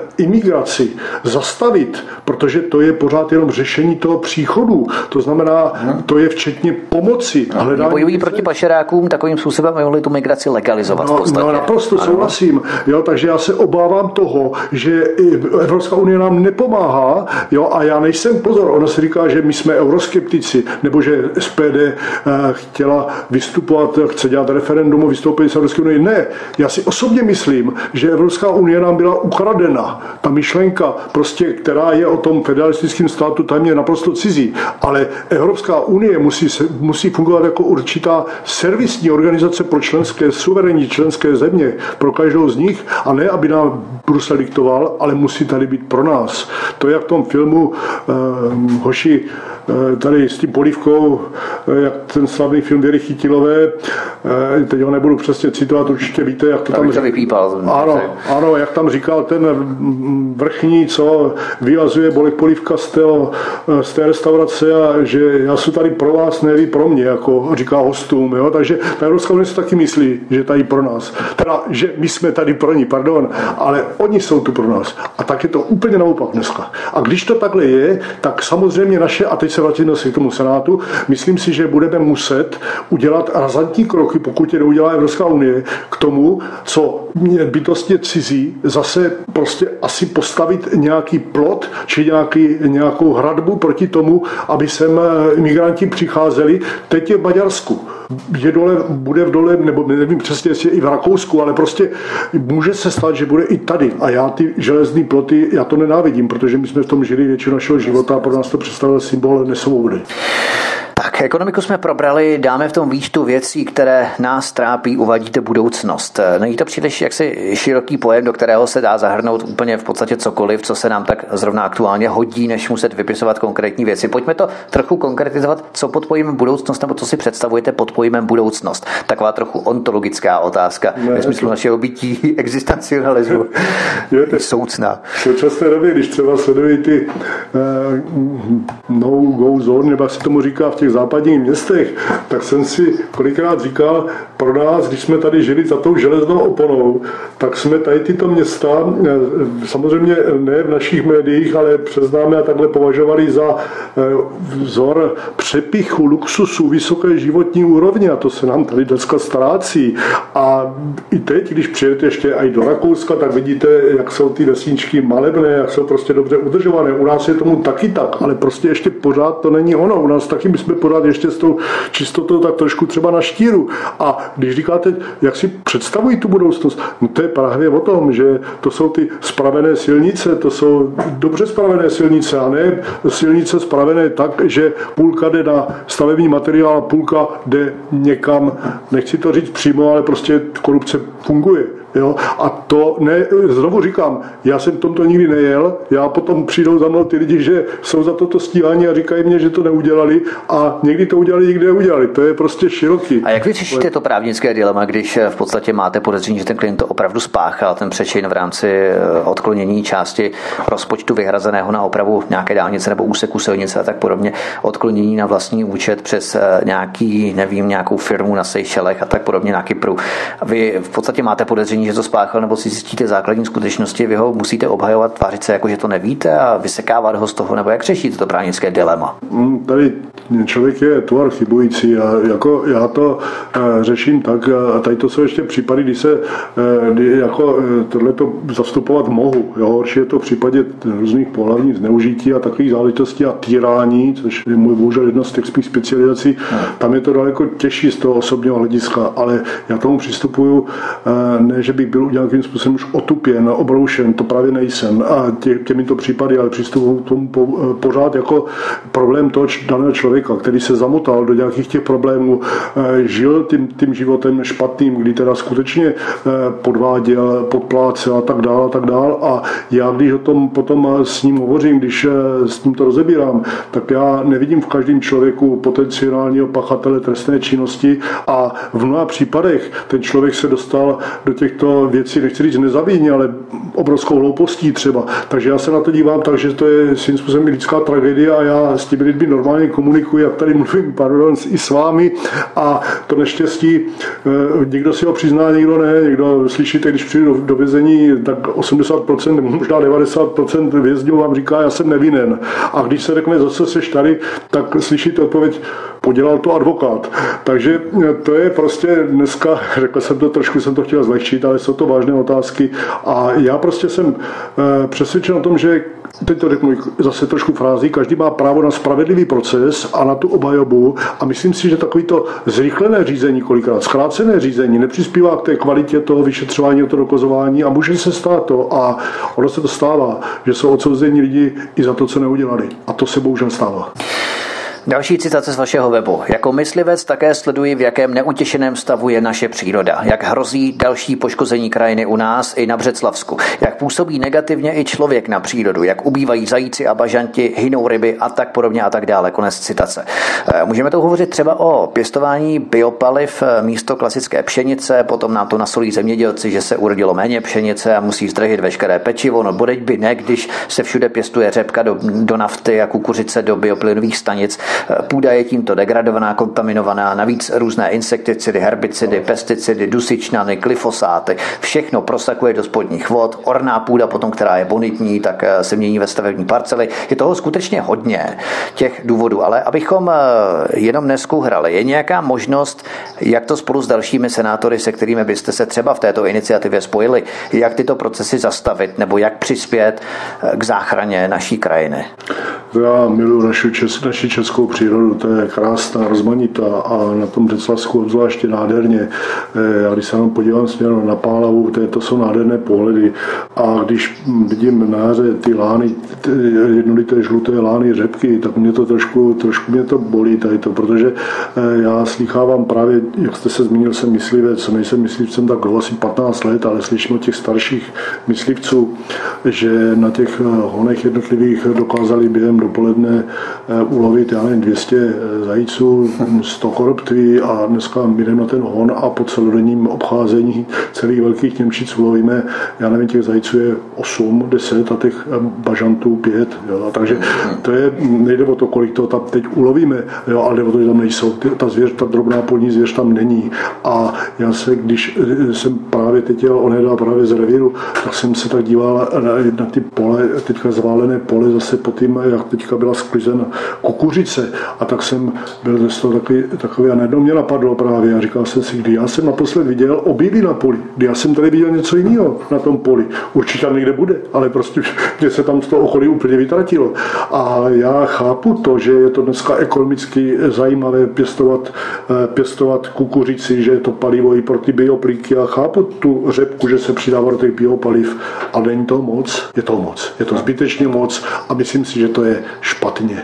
imigraci zastavit, protože to je pořád jenom řešení toho příchodu. To znamená, to je včetně pomoci. Bojují proti pašerákům takovým způsobem, aby mohli tu migraci legalizovat v podstatě. No naprosto souhlasím. Jo, takže já se obávám toho, že Evropská unie nám nepomáhá, jo, a já nejsem, pozor, ona se říká, že my jsme euroskeptici, nebo že SPD chtěla vystupovat, chce dělat referendum o vystoupení z Evropské unie. Ne, já si osobně myslím, že Evropská unie nám byla ukradena. Ta myšlenka, prostě, která je o tom federalistickém státu, tam je naprosto cizí. Ale Evropská unie musí fungovat jako určitá servisní organizace pro suverénní členské země, pro každou z nich, a ne, aby nám Brusel diktoval, ale musí tady být pro nás. To je jak v tom filmu hoši tady s tím polívkou, jak ten slavný film Věry Chytilové, teď ho nebudu přesně citovat, určitě víte, jak to tam vypípal. Ano, jak tam říkal ten vrchní, co vyjazuje Bolek Polívka z té restaurace, a že já jsem tady pro vás, ne vy pro mě, jako říká hostům, jo? Takže ta Evropská unie se taky myslí, že je tady pro nás. Teda, že my jsme tady pro ní, pardon, ale oni jsou tu pro nás. A tak je to úplně naopak dneska. A když to takhle je, tak samozřejmě naše, a teď se vrátím k tomu Senátu, myslím si, že budeme muset udělat razantní kroky, pokud je neudělá Evropská unie, k tomu, co bytostně cizí, zase prostě asi postavit nějaký plot, či nějakou hradbu proti tomu, aby sem imigranti přicházeli. Teď je v Maďarsku. Bude v dole, nebo nevím přesně, jestli je i v Rakousku, ale prostě může se stát, že bude i tady. A já ty železný ploty, já to nenávidím, protože my jsme v tom žili většinu našeho života a pro nás to představuje symbol nesvobody. Tak, ekonomiku jsme probrali, dáme v tom výčtu věcí, které nás trápí, uvádíte budoucnost. Není to příliš jaksi široký pojem, do kterého se dá zahrnout úplně v podstatě cokoliv, co se nám tak zrovna aktuálně hodí, než muset vypisovat konkrétní věci. Pojďme to trochu konkretizovat, co pod pojmem budoucnost, nebo co si představujete pod pojmem budoucnost. Taková trochu ontologická otázka ve smyslu našeho bytí, existencionalismu. Soucna. V současné době, když třeba sledují ty no-go zone, nebo jak se tomu říká v těch západních městech, tak jsem si kolikrát říkal, pro nás, když jsme tady žili za tou železnou oponou, tak jsme tady tyto města, samozřejmě ne v našich médiích, ale přes námi a takhle považovali za vzor přepichu, luxusu, vysoké životní úrovně, a to se nám tady dneska ztrácí. A i teď, když přijedete ještě i do Rakouska, tak vidíte, jak jsou ty vesničky malebné, jak jsou prostě dobře udržované. U nás je tomu taky tak, ale prostě ještě pořád to není ono. U nás taky my jsme pořád ještě s tou čistotou tak trošku třeba na štíru. A když říkáte, jak si představují tu budoucnost, no to je právě o tom, že to jsou ty spravené silnice, to jsou dobře spravené silnice, a ne silnice spravené tak, že půlka jde na stavební materiál a půlka jde někam, nechci to říct přímo, ale prostě korupce funguje. Jo? A to ne, znovu říkám, já jsem tomto nikdy nejel, já potom přijdou za mnou ty lidi, že jsou za toto stíhání a říkají mě, že to neudělali, a někdy to udělali, někdy neudělali. To je prostě široký. A jak vy řešíte to právnické dilema, když v podstatě máte podezření, že ten klient to opravdu spáchal, ten přečin v rámci odklonění části rozpočtu vyhrazeného na opravu nějaké dálnice nebo úseku silnice a tak podobně, odklonění na vlastní účet přes nějakou firmu na Seychelech a tak podobně na Kypru. Vy v podstatě máte podezření, že to spáchal, nebo si zjistíte základní skutečnosti, vy ho musíte obhajovat, tvářit se jako, že to nevíte a vysekávat ho z toho, nebo jak řešíte to právnické dilema? Tady člověk je tvar chybující a jako já to řeším tak, a tady to jsou ještě případy, kdy jako tohleto zastupovat mohu. Jo, horší je to v případě různých pohlavních zneužití a takových záležitostí a týrání, což je můj bohužel jedna z těch specializací. Tam je to daleko těžší z toho osobního hlediska, ale já tomu přistupuju ne, že bych byl nějakým způsobem už otupěn, obroušen, to právě nejsem. A těmito případy, ale přistupuji k tomu pořád jako problém toho daného člověka, který se zamotal do nějakých těch problémů, žil tím životem špatným, kdy teda skutečně podváděl, podplácel a tak dál. A já, když o tom potom s ním hovořím, když s ním to rozebírám, tak já nevidím v každém člověku potenciálního pachatele trestné činnosti, a v mnoha případech ten člověk se dostal do těch takovýchto věcí, nechci říct nezavíní, ale obrovskou hloupostí třeba. Takže já se na to dívám tak, že to je svým způsobem lidská tragédie a já s těmi lidmi normálně komunikuji, jak tady mluvím, i s vámi a to neštěstí, někdo si ho přizná, někdo ne, někdo slyšíte, když přijdu do vězení, tak 80%, možná 90% vězňů vám říká, já jsem nevinen. A když se řekne, zase seš tady, tak slyšíte odpověď, podělal to advokát. Takže to je prostě dneska, řekl jsem to trošku, jsem to chtěl zlehčit, ale jsou to vážné otázky a já prostě jsem přesvědčen o tom, že teď to řeknu zase trošku frází, každý má právo na spravedlivý proces a na tu obhajobu a myslím si, že takovýto zrychlené řízení, kolikrát zkrácené řízení nepřispívá k té kvalitě toho vyšetřování a toho dokazování a může se stát to a ono se to stává, že jsou odsouzení lidi i za to, co neudělali a to se bohužel stává. Další citace z vašeho webu. Jako myslivec také sleduji, v jakém neutěšeném stavu je naše příroda. Jak hrozí další poškození krajiny u nás i na Břeclavsku. Jak působí negativně i člověk na přírodu. Jak ubývají zajíci a bažanti, hynou ryby a tak podobně a tak dále. Konec citace. Můžeme tu hovořit třeba o pěstování biopaliv místo klasické pšenice, potom nám to nasolí zemědělci, že se urodilo méně pšenice a musí zdržet veškeré pečivo. No bodeď by ne, když se všude pěstuje řepka do nafty a kukuřice do bioplynových stanic. Půda je tímto degradovaná, kontaminovaná, navíc různé insekticidy, herbicidy, pesticidy, dusičnany, glyfosáty, všechno prosakuje do spodních vod, orná půda potom, která je bonitní, tak se mění ve stavební parcely. Je toho skutečně hodně těch důvodů, ale abychom jenom neskuhrali, je nějaká možnost, jak to spolu s dalšími senátory, se kterými byste se třeba v této iniciativě spojili, jak tyto procesy zastavit nebo jak přispět k záchraně naší krajiny? Já miluji naši českou přírodu, to je krásná, rozmanitá a na tom Břeclavsku obzvláště nádherně. Já když se jenom podívám směrem na Pálavu, to jsou nádherné pohledy a když vidím na jaře ty lány, jednolité žluté lány řepky, tak mě to trošku mě to bolí tady to, protože já slýchávám právě, jak jste se zmínil, jsem myslivec, nejsem myslivcem tak asi 15 let, ale slyším od těch starších myslivců, že na těch honech jednotlivých dokázali během dopoledne ulovit, já nevím, 200 zajíců, 100 koroptví a dneska jdeme na ten hon a po celodenním obcházení celých velkých Němčic ulovíme, já nevím, těch zajíců je 8, 10 a těch bažantů 5, jo, takže to je, nejde o to, kolik toho tam teď ulovíme, jo, ale jde o to, že tam nejsou, ta zvěř, ta drobná polní zvěř tam není a já se, když jsem právě teď jel onedá právě z revíru, tak jsem se tak díval na ty pole, teďka zválené pole zase po tím, jak teďka byla sklizena kukuřice a tak jsem byl z toho takový a najednou mě napadlo právě a říkal jsem si, kdy já jsem naposled viděl obilí na poli, kdy já jsem tady viděl něco jiného na tom poli. Určitě tam někde bude, ale prostě mě se tam z toho okolí úplně vytratilo. A já chápu to, že je to dneska ekonomicky zajímavé pěstovat kukuřici, že je to palivo i pro ty bioplíky a chápu tu řepku, že se přidává do těch biopaliv, ale není to moc, je to moc. Je to zbytečně moc a myslím si, že to je špatně.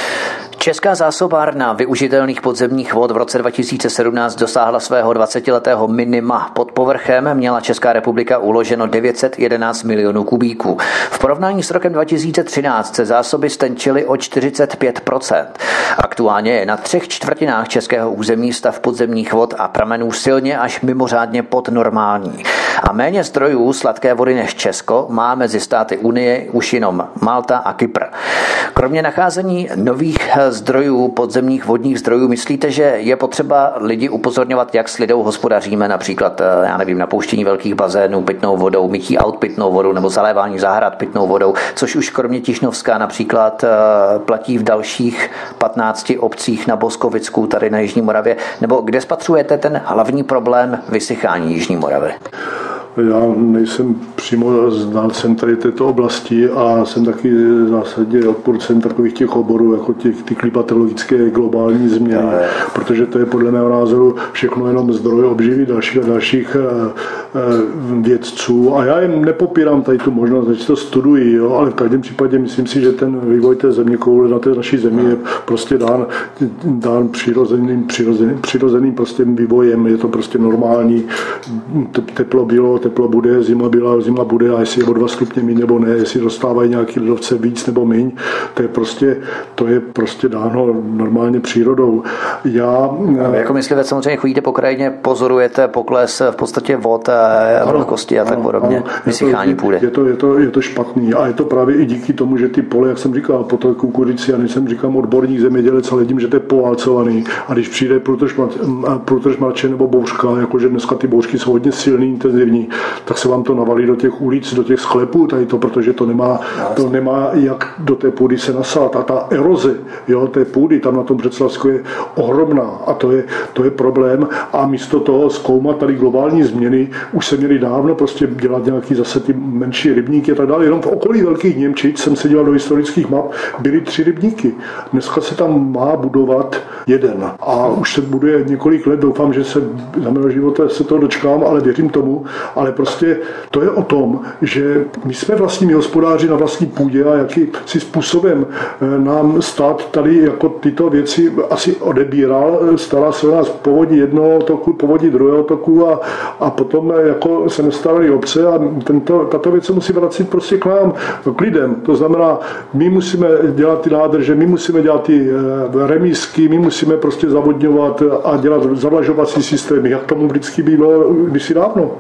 Česká zásobárna využitelných podzemních vod v roce 2017 dosáhla svého 20letého minima. Pod povrchem měla Česká republika uloženo 911 milionů kubíků. V porovnání s rokem 2013 se zásoby stenčily o 45%. Aktuálně je na 3/4 českého území stav podzemních vod a pramenů silně až mimořádně podnormální. A méně zdrojů sladké vody než Česko má mezi státy Unie už jenom Malta a Kypr. Kromě nacházení nových zdrojů, podzemních vodních zdrojů, myslíte, že je potřeba lidi upozorňovat, jak s lidou hospodaříme, například, já nevím, napouštění velkých bazénů pitnou vodou, mytí aut pitnou vodou nebo zalévání zahrad pitnou vodou, což už kromě Tišnovska například platí v dalších 15 obcích na Boskovicku, tady na Jižní Moravě, nebo kde spatřujete ten hlavní problém vysychání Jižní Moravy? Já nejsem přímo znalcem tady této oblasti a jsem taky zásadně odpůrcem takových těch oborů, jako ty klimatologické globální změny, protože to je podle mého názoru všechno jenom zdroj obživy dalších vědců a já jim nepopírám tady tu možnost, že to studují, jo, ale v každém případě myslím si, že ten vývoj té zeměkoule na té naší zemi je prostě dán přirozeným prostě vývojem, je to prostě normální, teplo bylo, teplo bude, zima bude a jestli je o 2 stupně míň nebo ne, jestli dostávají nějaký ledovce víc nebo míň, to je prostě dáno normálně přírodou. Jako myslivec samozřejmě chodíte po krajině, pozorujete pokles v podstatě vod, vlhkosti a tak podobně, vysychání půdy. Je to špatný a je to právě i díky tomu, že ty pole, jak jsem říkal, po té kukuřici, já nejsem říkám odborník zemědělec, ale vidím, že to je poválcovaný a když přijde průtrž mrače nebo bouřka, jakože dneska ty bouřky jsou hodně silný, intenzivní, tak se vám to navalí do těch ulic, do těch sklepů, tady to, protože to nemá jak do té půdy se nasát a ta eroze té půdy tam na tom Břeclavsku je ohromná a to je problém a místo toho zkoumat tady globální změny už se měli dávno prostě dělat nějaký zase ty menší rybníky a tak dále. Jenom v okolí Velkých Němčic jsem se díval do historických map, byly 3 rybníky. Dneska se tam má budovat 1 a už se buduje několik let, doufám, že se za mého života se toho dočkám, ale věřím tomu, ale prostě to je o tom, že my jsme vlastními hospodáři na vlastní půdě a jaký si způsobem nám stát tady jako tyto věci asi odebíral, stará se o nás povodí jednoho toku, povodí druhého toku a potom jako se nestaraly obce a tato věc se musí vracet prostě k nám, k lidem. To znamená, my musíme dělat ty nádrže, my musíme dělat ty remísky, my musíme prostě zavodňovat a dělat zavlažovací systémy, jak tomu vždycky bylo kdysi dávno.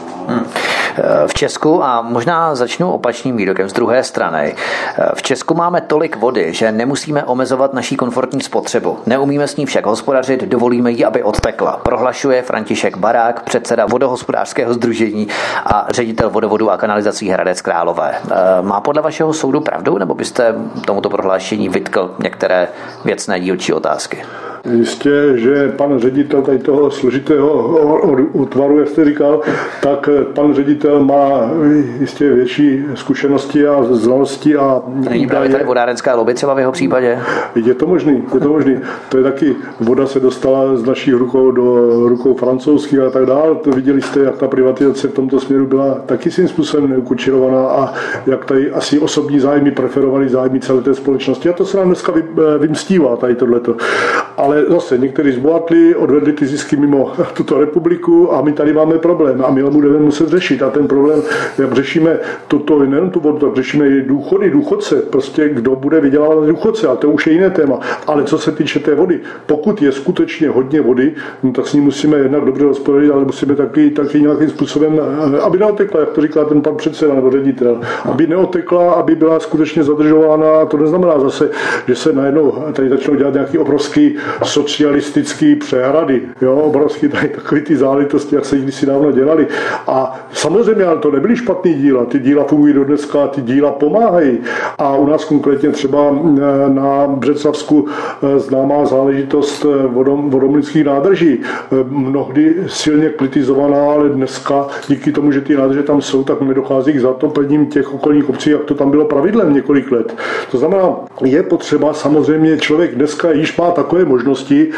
V Česku, a možná začnu opačným výrokem z druhé strany, v Česku máme tolik vody, že nemusíme omezovat naší komfortní spotřebu. Neumíme s ní však hospodařit, dovolíme ji, aby odtekla. Prohlašuje František Barák, předseda vodohospodářského sdružení a ředitel vodovodů a kanalizací Hradec Králové. Má podle vašeho soudu pravdu, nebo byste tomuto prohlášení vytkl některé věcné dílčí otázky? Jistě, že pan ředitel tady toho složitého útvaru, jak jste říkal, tak pan ředitel má jistě větší zkušenosti a znalosti a není právě tady vodárenská lobby třeba v jeho případě? Je to možný. To je taky, voda se dostala z našich rukou do rukou francouzských a tak dále. To viděli jste, jak ta privatizace v tomto směru byla taky svým způsobem neukučirovaná a jak tady asi osobní zájmy preferovaly zájmy celé té společnosti. A to se nám dneska vymstívá tady tohleto. Ale zase někteří zbohatli, odvedli ty zisky mimo tuto republiku a my tady máme problém a my ho budeme muset řešit. A ten problém, jak řešíme nejen tu vodu, tak řešíme i důchodce, prostě kdo bude vydělávat důchodce, a to už je jiné téma. Ale co se týče té vody, pokud je skutečně hodně vody, no, tak s ní musíme jednak dobře hospodařit, ale musíme taky nějakým způsobem, aby neotekla, jak to říká ten pan předseda nebo ředitel, aby neotekla, aby byla skutečně zadržována. To neznamená zase, že se najednou tady začnou dělat nějaký obrovský socialistický přehrady, obrovský tady takový ty zálitosti, jak se kdysi dávno dělali. A samozřejmě, ale to nebyly špatný díla, ty díla fungují do dneska, ty díla pomáhají. A u nás konkrétně třeba na Břeclavsku známá záležitost vodomlýnských nádrží. Mnohdy silně kritizovaná, ale dneska díky tomu, že ty nádrže tam jsou, tak nedochází k zatopením těch okolních obcí, jak to tam bylo pravidlem několik let. To znamená, je potřeba samozřejmě člověk dneska již má takové možnosti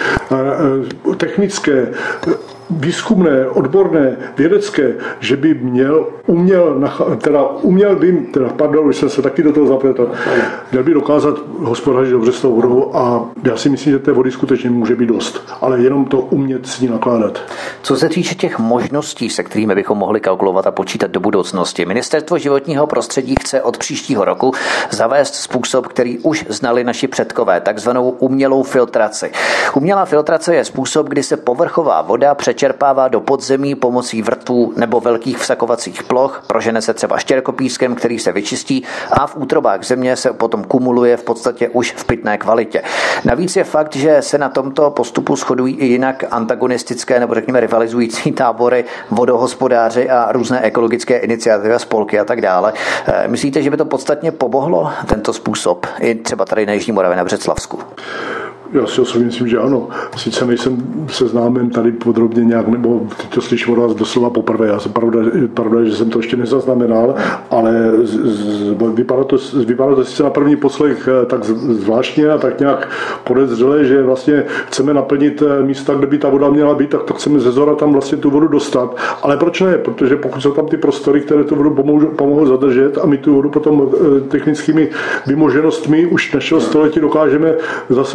technické, výzkumné, odborné, vědecké, že by už jsem se taky do toho zapletal, měl by dokázat hospodařit dobře s tou vodou a já si myslím, že té vody skutečně může být dost, ale jenom to umět s ní nakládat. Co se týče těch možností, se kterými bychom mohli kalkulovat a počítat do budoucnosti, Ministerstvo životního prostředí chce od příštího roku zavést způsob, který už znali naši předkové, takzvanou umělou filtraci. Umělá filtrace je způsob, kdy se povrchová voda přečerpává do podzemí pomocí vrtů nebo velkých vsakovacích ploch, prožene se třeba štěrkopískem, který se vyčistí a v útrobách země se potom kumuluje v podstatě už v pitné kvalitě. Navíc je fakt, že se na tomto postupu shodují i jinak antagonistické nebo řekněme rivalizující tábory, vodohospodáři a různé ekologické iniciativy, spolky a tak dále. Myslíte, že by to podstatně pomohlo tento způsob i třeba tady na Jižní Moravě na Břeclavsku? Já si osobně myslím, že ano. Sice nejsem seznámen tady podrobně nějak, nebo teď to slyším od vás doslova poprvé. Já jsem pravda, že jsem to ještě nezaznamenal, ale vypadá to sice na první poslech tak zvláštně a tak nějak podezřele, že vlastně chceme naplnit místa, kde by ta voda měla být, tak to chceme ze zhora tam vlastně tu vodu dostat. Ale proč ne? Protože pokud jsou tam ty prostory, které tu vodu pomohou zadržet a my tu vodu potom technickými vymoženostmi už našeho století dokážeme zase dostat na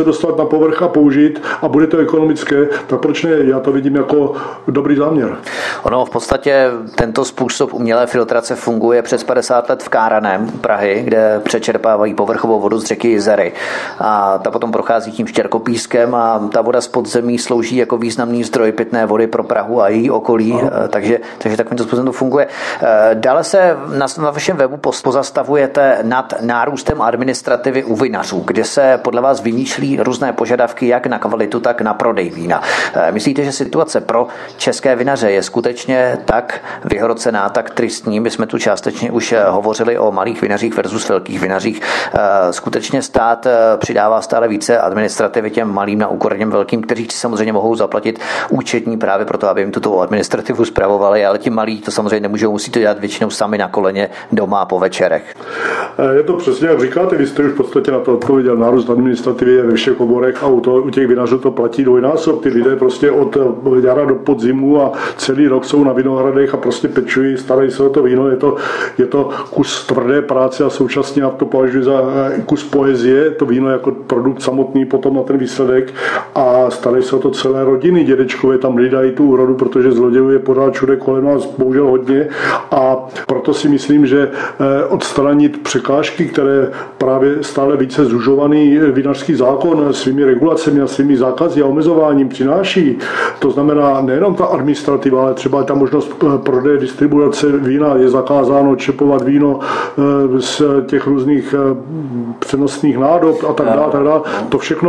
na povrch a použít a bude to ekonomické, tak proč ne? Já to vidím jako dobrý záměr. Ono v podstatě tento způsob umělé filtrace funguje přes 50 let v Káraném u Prahy, kde přečerpávají povrchovou vodu z řeky Jizery. A ta potom prochází tím štěrkopískem a ta voda z podzemí slouží jako významný zdroj pitné vody pro Prahu a její okolí. Takže takovýmto způsobem to funguje. Dále se na vašem webu pozastavujete nad nárůstem administrativy u vinařů, kde se podle vás vymýšlí různé požadavky jak na kvalitu, tak na prodej vína. Myslíte, že situace pro české vinaře je skutečně tak vyhrocená, tak tristní? My jsme tu částečně už hovořili o malých vinařích versus velkých vinařích. Skutečně stát přidává stále více administrativy těm malým na úkor těm velkým, kteří si samozřejmě mohou zaplatit účetní právě proto, aby jim tuto administrativu spravovali, ale ti malí to samozřejmě nemůžou, musí to dělat většinou sami na koleně doma po večerech. Je to přesně, jak říkáte, vy jste už v podstatě na to odpověděl. Nárůst administrativy je ve všech oborech a u těch vinařů to platí dvojnásob. Ty lidé prostě od jara do podzimu a celý rok jsou na vinohradech a prostě pečují, starají se o to víno. Je to kus tvrdé práce a současně já to považuji za kus poezie, to víno jako produkt samotný potom na ten výsledek a starají se o to celé rodiny. Dědečkové tam hlídají tu úrodu, protože zlodějů je pořád všude kolem nás bohužel hodně a proto si myslím, že odstranit překážky, které právě stále více zužovaný vinařský zákon svými regulacemi a svými zákazy a omezováním přináší. To znamená nejenom ta administrativa, ale třeba ta možnost prodeje, distribuce vína, je zakázáno čepovat víno z těch různých přenosných nádob a tak dále. To všechno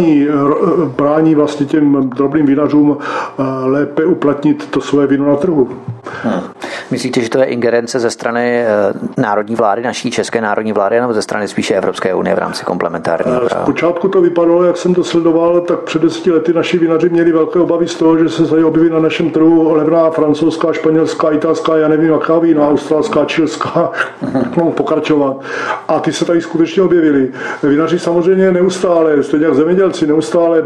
brání vlastně těm drobným vinařům lépe uplatnit to své víno na trhu. Myslíte, že to je ingerence ze strany národní vlády, naší české národní vlády, nebo ze strany spíše Evropské unie v rámci komplementárního práva? Zpočátku to vypadalo, jak jsem to sledoval, tak před 10 lety naši vinaři měli velké obavy z toho, že se tady objeví na našem trhu levná francouzská, španělská, italská, já nevím, jaká vína, australská, čilská, mohu pokračovat. A ty se tady skutečně objevily. Vinaři samozřejmě neustále, stejně jak zemědělci, neustále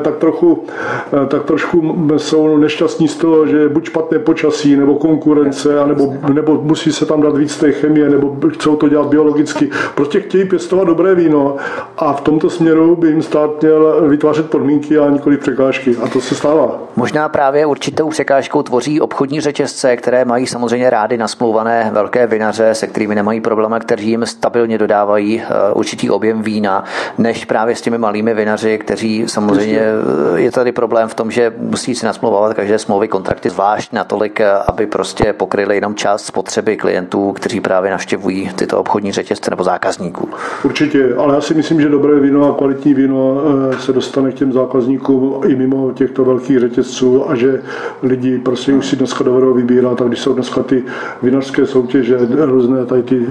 tak trošku jsou nešťastní z toho, že buď špatné počasí, nebo konkurence, nebo musí se tam dát víc té chemie, nebo chcou to dělat biologicky. Prostě chtějí pěstovat dobré víno a v tomto směru by jim stát měl vytvářet podmínky a nikoli překážky. A to se stává. Možná právě určitou překážkou tvoří obchodní řetězce, které mají samozřejmě rády nasmlouvané velké vinaře, se kterými nemají problém, kteří jim stabilně dodávají určitý objem vína, než právě s těmi malými vinaři, kteří samozřejmě je tady problém v tom, že musí si nasmlouvat každé smlouvy, kontrakty zvlášť natolik, aby prostě pokryli jenom část spotřeby klientů, kteří právě navštěvují tyto obchodní řetězce nebo zákazníků. Určitě, ale já si myslím, že dobré víno a kvalitní víno se dostane k těm zákazníkům i mimo těchto velkých řetězců a že lidi prostě už si dneska dovedou vybírat, a když jsou dneska ty vinařské soutěže, různé tady ty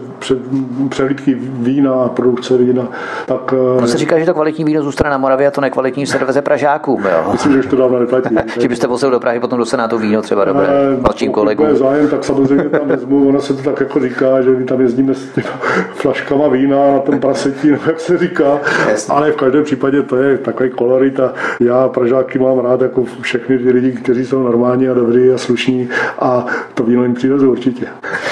přehlídky vína a produkce vína, tak... On se říká, že to kvalitní víno zůstane na Moravě a to nekvalitní se doveze Pražákům, jo? Myslím, že už to dávno neplatí. Že byste vozil do Prahy potom do Senátu víno třeba dobré dalším kolegům. Pokud je zájem, tak samozřejmě tam vezmu, ono se to tak jako říká, že my tam jezdíme s těma flaškama vína na tom prasetí, jak se říká, ale v každém případě to je takový kolorit a já Pražáky mám rád jako všechny ty lidi, kteří jsou normální a dobrý a slušní a to víno jim přivezou určitě.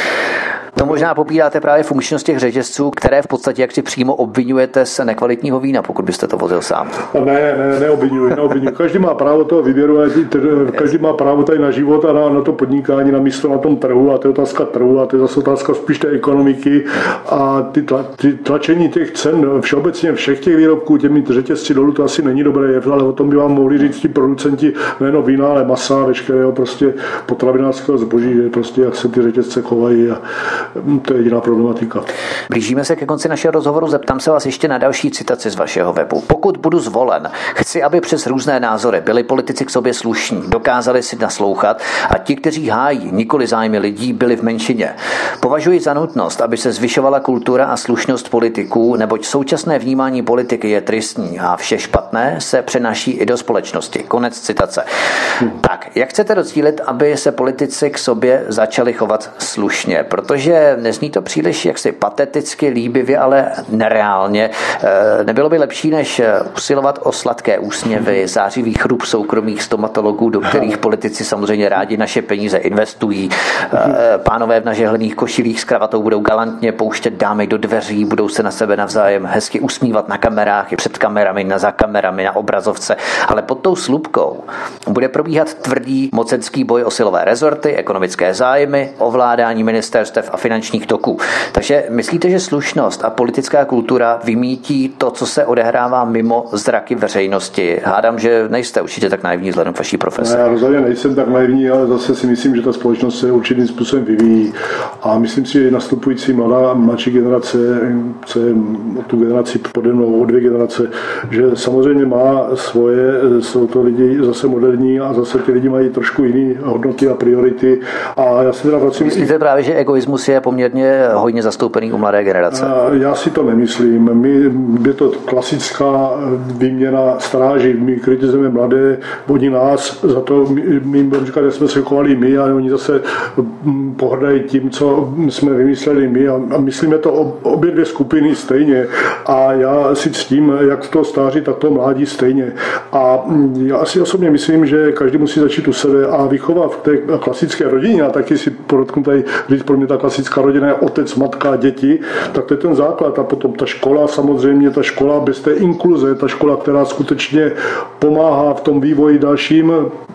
To možná popíráte právě funkčnost těch řetězců, které v podstatě jak si přímo obvinujete z nekvalitního vína, pokud byste to vozil sám. Neobvinuji. Každý má právo toho výběru, každý má právo tady na život a na to podnikání, na místo na tom trhu a to je otázka trhu a to je zase otázka spíš té ekonomiky a ty tlačení těch cen všeobecně všech těch výrobků těmi řetězci dolů to asi není dobré, ale o tom by vám mohli říct ti producenti nejen vína, ale masa, veškerého prostě potravinářského zboží, že prostě jak se ty řetězce chovají a to je jediná problematika. Blížíme se ke konci našeho rozhovoru, zeptám se vás ještě na další citaci z vašeho webu. Pokud budu zvolen, chci, aby přes různé názory byli politici k sobě slušní, dokázali si naslouchat a ti, kteří hájí nikoli zájmy lidí, byli v menšině. Považuji za nutnost, aby se zvyšovala kultura a slušnost politiků, neboť současné vnímání politiky je tristní a vše špatné se přenáší i do společnosti. Konec citace. Tak, Tak, jak chcete docílit, aby se politici k sobě začali chovat slušně? Protože nezní to příliš jaksi pateticky, líbivě, ale nereálně. Nebylo by lepší, než usilovat o sladké úsměvy, zářivý chrup soukromých stomatologů, do kterých politici samozřejmě rádi naše peníze investují. Pánové v nažehlených košilích s kravatou budou galantně pouštět dámy do dveří, budou se na sebe navzájem hezky usmívat na kamerách, i před kamerami, za kamerami, na obrazovce, ale pod tou slupkou bude probíhat tvrdý mocenský boj o silové rezorty, ekonomické zájmy, ovládání ministerstev a finančních toků. Takže myslíte, že slušnost a politická kultura vymítí to, co se odehrává mimo zraky veřejnosti? Hádám, že nejste určitě tak naivní vzhledem k vaší profesi. Já rozhodně nejsem tak naivní, ale zase si myslím, že ta společnost se určitým způsobem vyvíjí. A myslím si, že nastupující mladší generace, co je tu generaci pode mnou, o 2 generace, že samozřejmě má svoje, jsou to lidi zase moderní a zase ty lidi mají trošku jiné hodnoty a priority. A já si teda vracím... Myslíte právě, že egoismus je poměrně hodně zastoupený u mladé generace? Já si to nemyslím. Je to klasická výměna stráží. My kritizujeme mladé, oni nás za to, my jim budeme říkat, že jsme se chovali my a oni zase pohrdají tím, co jsme vymysleli my a myslíme to obě 2 skupiny stejně. A já si ctím jak to stáří, tak to mládí stejně. A já si osobně myslím, že každý musí začít u sebe a vychovat v té klasické rodině, a taky si podotknu tady říct, pro mě ta klasická rodina je otec, matka, děti, tak to je ten základ. A potom ta škola, samozřejmě ta škola bez té inkluze, ta škola, která skutečně pomáhá v tom vývoji dalším,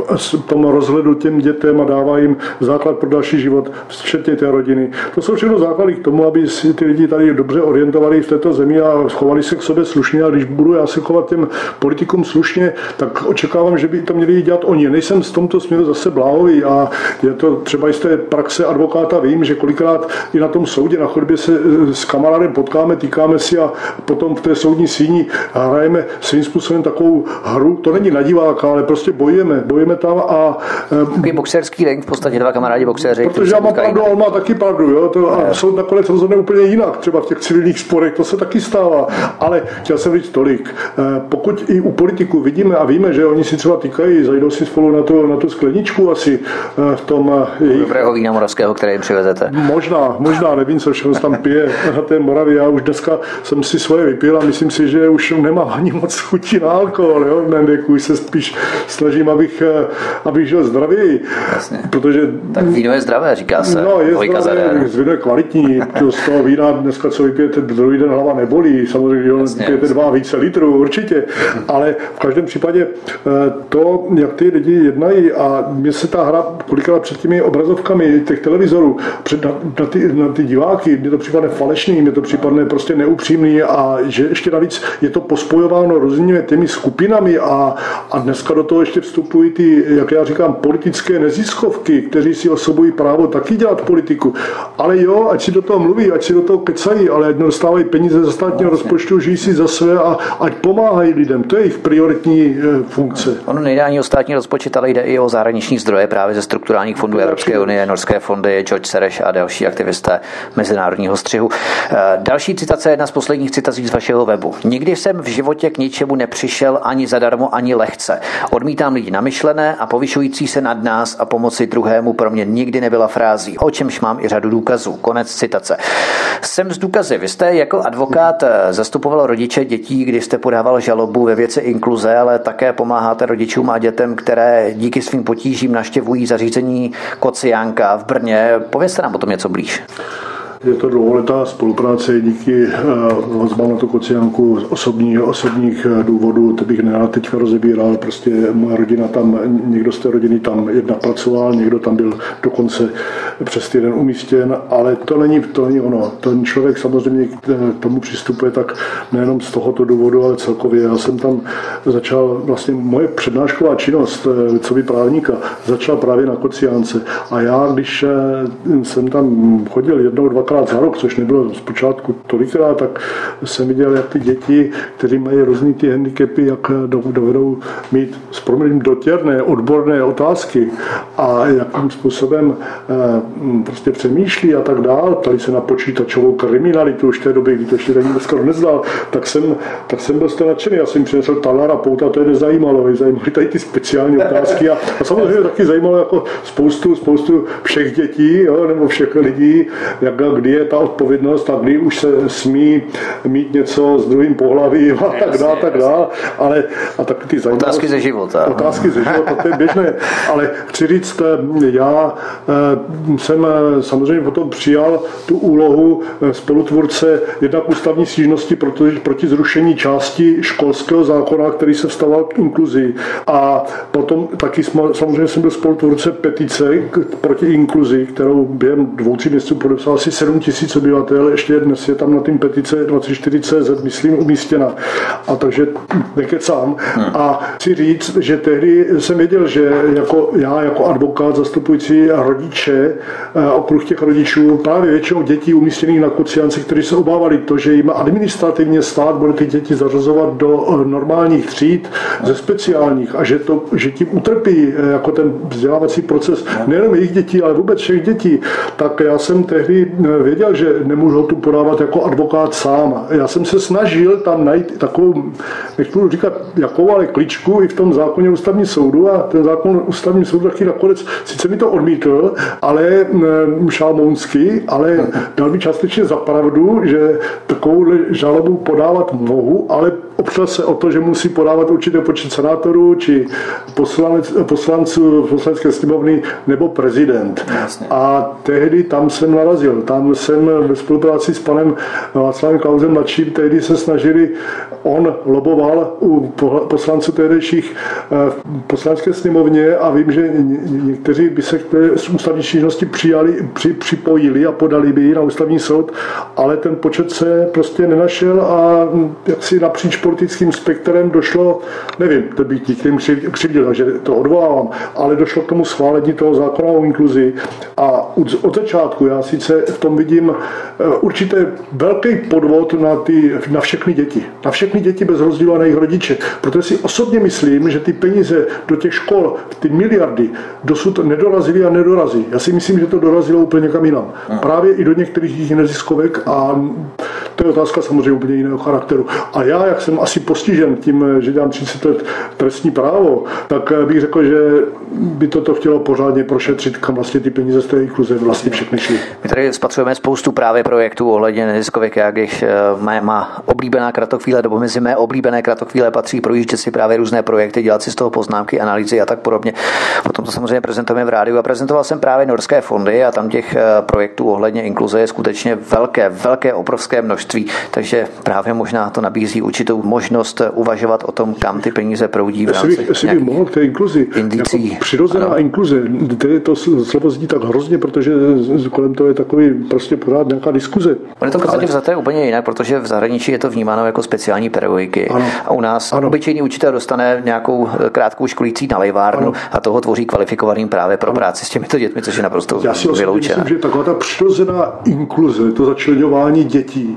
v tom rozhledu těm dětem a dává jim základ pro další život, včetně té rodiny. To jsou všechno základy k tomu, aby si ty lidi tady dobře orientovali v této zemi a chovali se k sobě slušně. A když budu já se chovat těm politikům slušně, tak očekávám, že by to měli dělat oni. Nejsem v tomto směru zase bláhový a je to třeba i z té praxe advokáta, vím, že kolikrát i na tom soudě, na chodbě se s kamarádem potkáme, týkáme si a potom v té soudní síni hrajeme svým způsobem takovou hru. To není na diváka, ale prostě bojujeme tam a... Takový boxerský ring, v podstatě 2 kamarádi boxeři. Protože já mám pravdu a on má taky pravdu, jo? A soud nakonec rozhodne úplně jinak, třeba v těch civilních sporech, to se taky stává. Ale chtěl jsem říct tolik. Pokud i u politiků vidíme a víme, že oni si třeba týkají, zajdou si spolu na tu skleničku asi v tom... Dobrého vína moravského, které jim přivezete. Možná, nevím, co všechno tam pije na té Moravě. Já už dneska jsem si svoje vypil a myslím si, že už nemám ani moc chutí na alkohol. Jo? V mém věku už se spíš snažím, abych žil zdravěji. Jasně. Protože... Tak víno je zdravé, říká se. No, je zdravé, víno je kvalitní. Z toho vína dneska, co vypijete, druhý den hlava nebolí. Samozřejmě, že pijete 2 více litrů, určitě. Ale v každém případě to, jak ty lidi jednají a mě se ta hra kolikrát před těmi obrazovkami těch televizorů na ty diváky, mě to připadne falešný, mě to připadne prostě neupřímný a že ještě navíc je to pospojováno různými těmi skupinami a dneska do toho ještě vstupují ty, jak já říkám, politické neziskovky, kteří si osobují právo taky dělat politiku. Ale jo, ať si do toho mluví, ať si do toho kecají, ale ať dostávají peníze ze státního rozpočtu, žijí si za své a ať pomáhají lidem. To je jejich prioritní funkce. Ono nejde ani o státní rozpočet, ale jde i o zahraniční zdroje právě ze strukturálních fondů Evropské unie, norské fondy, George Soros a další aktivisté mezinárodního střihu. Další citace je jedna z posledních citací z vašeho webu. Nikdy jsem v životě k ničemu nepřišel ani zadarmo, ani lehce. Odmítám lidi namyšlené a povyšující se nad nás a pomoci druhému pro mě nikdy nebyla frází, o čemž mám i řadu důkazů. Konec citace. Jsem z důkazy. Vy jste jako advokát zastupoval rodiče dětí, když jste podával žalobu ve věci inkluze, ale také pomáháte rodičům a dětem, které díky svým potížím navštěvují zařízení Kociánka v Brně. Povězte nám o tom něco blíž. Je to dlouholetá spolupráce díky vazbám na tu Kociánku osobních důvodů, to bych nerad teďka rozebíral, prostě moje rodina tam, někdo z té rodiny tam jednak pracoval, někdo tam byl dokonce přes týden umístěn, ale to není ono. Ten člověk samozřejmě k tomu přistupuje tak nejenom z tohoto důvodu, ale celkově. Já jsem tam začal, vlastně moje přednášková činnost, coby právníka, začala právě na Kociánce. A já, když jsem tam chodil 1, 2 dvakrát za rok, což nebylo zpočátku tolikrát, tak jsem viděl, jak ty děti, kteří mají různý ty handicapy, jak dovedou mít s proměným dotěrné, odborné otázky a jakým způsobem prostě přemýšlí a tak dál. Ptali se na počítačovou kriminalitu už v té době, kdy to ještě ani skoro neznal, tak jsem byl z toho nadšený. Já jsem přinesl talar a pouta, to je nezajímalo. Zajímaly tady ty speciální otázky a samozřejmě taky zajímalo jako spoustu všech dětí, jo, nebo všech lidí, kdy je ta odpovědnost a kdy už se smí mít něco s druhým pohlavím a tak dále. Ale a taky ty zajímavosti. Otázky ze života, to je běžné. Ale chci říct, já jsem samozřejmě potom přijal tu úlohu spolutvůrce jednak ústavní stížnosti proti zrušení části školského zákona, který se vztahoval k inkluzi. A potom taky samozřejmě jsem byl spolutvůrce petice proti inkluzi, kterou během 2-3 měsíců podepsal asi 7 000 obyvatel. Ještě dnes je tam na tým petice 24CZ, myslím, umístěna. A takže nekecám. A chci říct, že tehdy jsem věděl, že já jako advokát zastupující rodiče, okruh těch rodičů, právě většinou dětí umístěných na Kociánci, kteří se obávali to, že jim administrativně stát bude ty děti zařazovat do normálních tříd ze speciálních a že tím utrpí jako ten vzdělávací proces nejenom jejich dětí, ale vůbec všech dětí, tak já jsem tehdy věděl, že nemůžu tu podávat jako advokát sám. Já jsem se snažil tam najít takovou, nechci říkat jakou, ale kličku i v tom zákoně ústavní soudu a ten zákon ústavní soudu taky nakonec, sice mi to odmítl, ale šalmounsky, ale dal mi částečně za pravdu, že takovou žalobu podávat mohu, ale opřel se o to, že musí podávat určitý počet senátorů či poslanců poslanecké sněmovny nebo prezident. Jasně. A tehdy tam jsem narazil. Tam jsem ve spolupráci s panem Václavem Klausem mladším tehdy se snažili, on loboval u poslanců tehdejších v poslanecké sněmovně a vím, že někteří by se k té ústavní stížnosti připojili a podali by ji na ústavní soud, ale ten počet se prostě nenašel a jaksi napříč politickým spektrem došlo, nevím, to bych některým křivdil, takže to odvolávám, ale došlo k tomu schválení toho zákona o inkluzi a od začátku já sice v tom vidím určitě velký podvod na všechny děti. Na všechny děti bez rozdílu a na jejich rodiče. Protože si osobně myslím, že ty peníze do těch škol, ty miliardy, dosud nedorazily a nedorazí. Já si myslím, že to dorazilo úplně někam jinam. Právě i do některých neziskovek a to je otázka samozřejmě úplně jiného charakteru. A já, jak jsem asi postižen tím, že dělám 30 let trestní právo, tak bych řekl, že by toto chtělo pořádně prošetřit, kam vlastně ty peníze z té inkluze vlastně všechny šly. My tady spatřujeme spoustu právě projektů ohledně neziskovek, jak jich má oblíbená kratochvíle, nebo mezi mé oblíbené kratochvíle patří projíždět si právě různé projekty, dělat si z toho poznámky, analýzy a tak podobně. Potom to samozřejmě prezentujeme v rádiu a prezentoval jsem právě norské fondy a tam těch projektů ohledně inkluze je skutečně velké, obrovské množství, takže právě možná to nabízí určitou možnost uvažovat o tom, kam ty peníze proudí v rámci. Jestli bych mohl k té inkluzi, jako přirozená inkluze, to slovo zní tak hrozně, protože kolem toho je takový prostě pořád nějaká diskuze. On je to v podstatě vzaté úplně jinak, protože v zahraničí je to vnímáno jako speciální pedagogiky. A u nás obyčejný učitel dostane nějakou krátkou školící na lejvárnu a toho tvoří kvalifikovaným právě pro práci s těmito dětmi, což je naprosto vyloučené. Myslím, že taková ta přirozená inkluze, to začleňování dětí,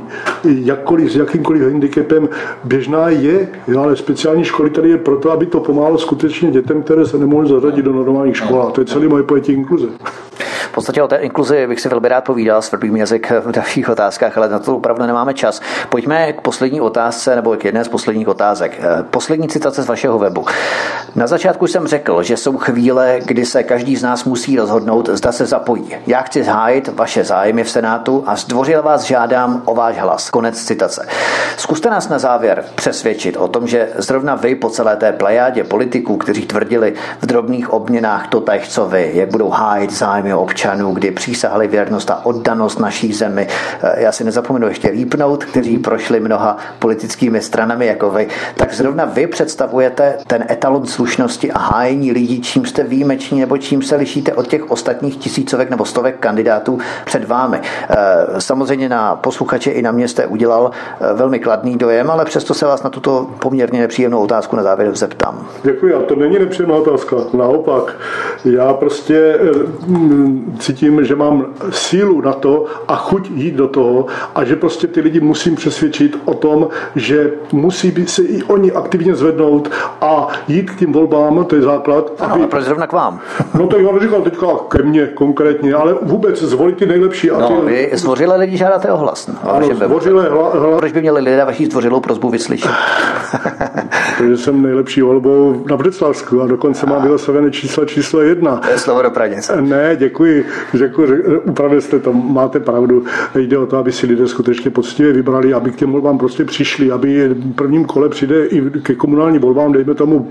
s jakýmkoliv handicapem běžná je, ale speciální školy tady je proto, aby to pomáhalo skutečně dětem, které se nemohly zařadit do normálních škol. A to je celé moje pojetí inkluze. V podstatě o té inkluzi bych si velmi rád povídal, svrbí mi jazyk v dalších otázkách, ale na to opravdu nemáme čas. Pojďme k poslední otázce, nebo k jedné z posledních otázek. Poslední citace z vašeho webu. Na začátku jsem řekl, že jsou chvíle, kdy se každý z nás musí rozhodnout, zda se zapojí. Já chci hájit vaše zájmy v Senátu a zdvořile vás žádám o váš hlas. Konec citace. Zkuste nás na závěr přesvědčit o tom, že zrovna vy po celé té plejádě politiků, kteří tvrdili v drobných obměnách totéž, co vy, jak budou hájit zájmy občanů, kdy přísahali věrnost a oddanost naší zemi. Já si nezapomenu ještě lípnout, kteří prošli mnoha politickými stranami jako vy, tak zrovna vy představujete ten etalon slušnosti a hájení lidí, čím jste výjimeční nebo čím se lišíte od těch ostatních tisícovek nebo stovek kandidátů před vámi. Samozřejmě na posluchače i na mě jste udělal velmi kladný dojem, ale přesto se vás na tuto poměrně nepříjemnou otázku na závěr zeptám. Děkuji, a to není nepříjemná otázka. Naopak, já prostě cítím, že mám sílu na to a chuť jít do toho a že prostě ty lidi musím přesvědčit o tom, že musí se i oni aktivně zvednout a jít k tím volbám, to je základ. Ano, ale proč zrovna k vám? No to já neříkal teďka ke mně konkrétně, ale vůbec zvolit ty nejlepší. Vy zdvořilé lidi žádáte o hlas. Ano, zdvořilé hlas. Proč by měli lidé vaši zdvořilou prosbu vyslyšet? Protože jsem nejlepší volbou na Břeclavsku a dokonce mám vylosované číslo 1. To je slovo do Praděce. Ne, děkuji. Upravil jste to, máte pravdu. Jde o to, aby si lidé skutečně poctivě vybrali, aby k těm volbám prostě přišli, aby v prvním kole přijde i ke komunální volbám, dejme tomu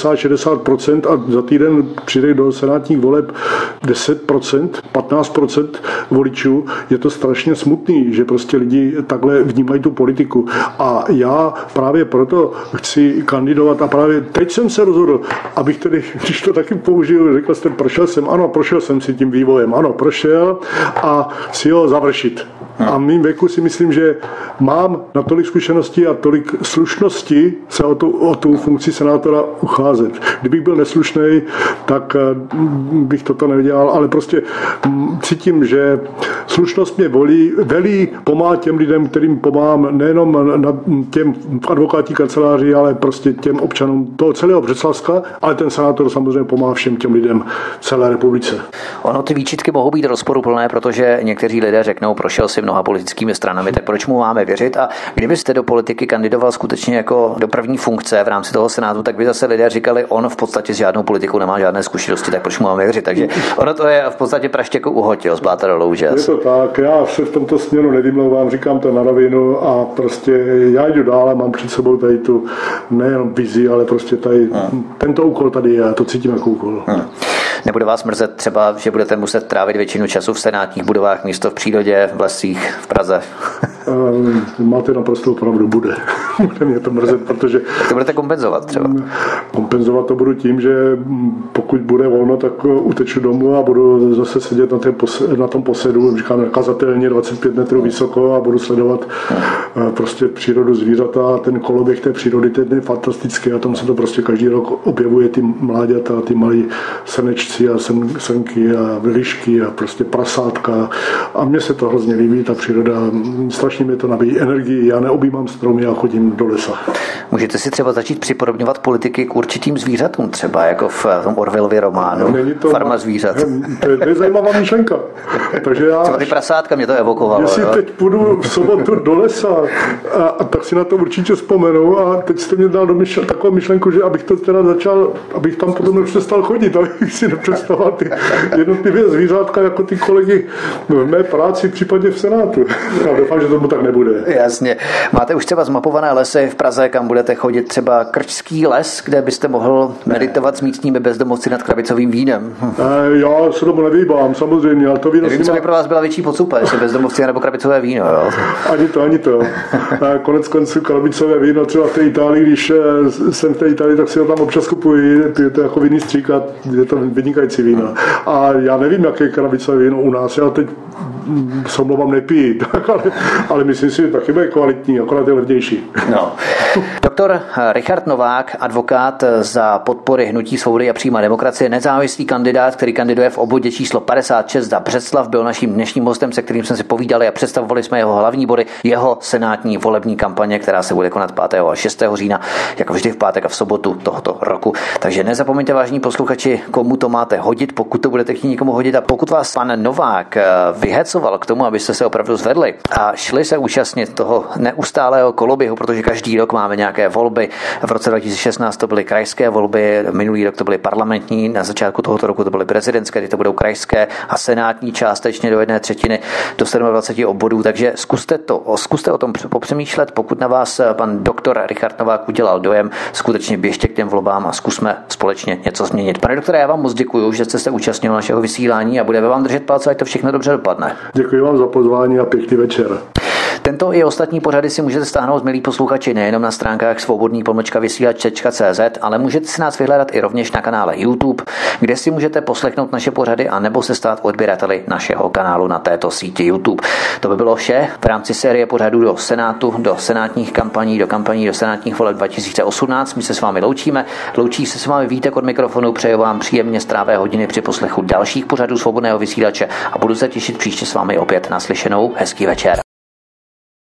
50-60% a za týden přijde do senátních voleb 10%, 15% voličů. Je to strašně smutný, že prostě lidi takhle vnímají tu politiku. A já právě proto chci kandidovat a právě teď jsem se rozhodl, abych tedy, když to taky použil, řekl jste, prošel jsem si tím vývojem, ano, prošel a si ho završit. A v mým věku si myslím, že mám natolik zkušeností a tolik slušnosti se o tu funkci senátora ucházet. Kdybych byl neslušný, tak bych toto nedělal, ale prostě cítím, že slušnost mě velí pomáhat těm lidem, kterým pomáhám nejenom těm advokátní kanceláři, ale prostě těm občanům toho celého Břeclavska, ale ten senátor samozřejmě pomáhá všem těm lidem v celé republice. Ono ty výčitky mohou být rozporuplné, protože někteří lidé řeknou, prošel si mnoha politickými stranami, tak proč mu máme věřit? A kdybyste do politiky kandidoval skutečně jako do první funkce v rámci toho senátu, tak by zase lidé říkali, on v podstatě s žádnou politikou nemá žádné zkušenosti, tak proč mu máme věřit? Takže ono to je v podstatě praštěku uhotil z bláta do louže. Je to tak, já se v tomto směru nevymlouvám, říkám to na rovinu a prostě já jdu dál a mám před sebou tady tu nejenom vizi, ale prostě tady tento úkol tady je, já to cítím jako úkol. Nebude vás mrzet třeba, že budete muset trávit většinu času v senátních budovách místo v přírodě, v lesích, v Praze? Máte naprosto pravdu, bude. Bude mě to mrzet, protože... Tak to budete kompenzovat třeba? Kompenzovat to budu tím, že pokud bude volno, tak uteču domů a budu zase sedět na tom posedu, říkám nakazatelně 25 metrů vysoko a budu sledovat prostě přírodu zvířata a ten koloběh té přírody, ten je fantastický a tam se to prostě každý rok objevuje ty mláďata, ty malí srnečci a srnky a lišky a prostě prasátka a mně se to hrozně líbí, ta příroda, strašně mě to nabíjí energii, já neobjímám stromy a chodím do lesa. Můžete si třeba začít připodobňovat politiky k určitým zvířatům, třeba jako v tom Orwellově románu Farma zvířat. To je zajímavá myšlenka. Takže já, třeba ty prasátka mě to evokovalo. Jestli teď půjdu v sobotu do lesa, a tak si na to určitě vzpomenu a teď jste mě dal do takovou myšlenku, že abych to teda začal, abych tam potom nepřestal chodit, abych si nepředstavoval ty jednotlivé zvířátka jako ty kolegy v mé práci, případně v Senátu. Já doufám, že tomu tak nebude. Jasně. Máte už třeba zmapované lesy v Praze, kam budete chodit, třeba Krčský les, kde byste mohl meditovat s místními bezdomovci nad krabicovým vínem? Já se tomu nevyhýbám, samozřejmě, ale to víno. Nevím, co by pro vás byla větší podsupa, jestli bezdomovci nebo krabicové víno, jo? Ani to. Konec konců krabicové víno, třeba v té Itálii, když jsem v té Itálii, tak si ho tam občas kupuji, je to jako vinný střík a je to vynikající víno. A já nevím, jaké je krabicové víno u nás, já teď se omlouvám nepiju, ale myslím si, že taky bude kvalitní, akorát je levnější. No. Doktor Richard Novák, advokát za podpory Hnutí svobody a přímá demokracie, nezávislý kandidát, který kandiduje v obvodě číslo 56 za Břeclav, byl naším dnešním hostem, se kterým jsme si povídali a představovali jsme jeho hlavní body, jeho senátní volební kampaně, která se bude konat 5. a 6. října, jako vždy v pátek a v sobotu tohoto roku. Takže nezapomeňte, vážení posluchači, komu to máte hodit, pokud to budete chtít někomu hodit a pokud vás pan Novák vyhecoval k tomu, abyste se opravdu zvedli a šli se účastnit toho neustálého koloběhu, protože každý rok máme nějaké volby. V roce 2016 to byly krajské volby, minulý rok to byly parlamentní, na začátku tohoto roku to byly prezidentské, teď to budou krajské a senátní částečně do 1/3 do 27 obvodů, takže zkuste o tom popřemýšlet, pokud na vás pan doktor Richard Novák udělal dojem, skutečně běžte k těm volbám a zkusme společně něco změnit. Pane doktore, já vám moc děkuji, že jste se účastnil našeho vysílání a budeme vám držet palce, ať to všechno dobře dopadne. Děkuji vám za pozvání a pěkný večer. Tento i ostatní pořady si můžete stáhnout, milí posluchači, nejenom na stránkách svobodný-vysílač.cz, ale můžete si nás vyhledat i rovněž na kanále YouTube, kde si můžete poslechnout naše pořady a nebo se stát odběrateli našeho kanálu na této síti YouTube. To by bylo vše v rámci série pořadů do Senátu, do senátních kampaní, do senátních voleb 2018. My se s vámi loučíme. Loučí se s vámi Vítek od mikrofonu, přeju vám příjemně strávé hodiny při poslechu dalších pořadů Svobodného vysílače a budu se těšit příště s vámi opět naslyšenou. Hezký večer.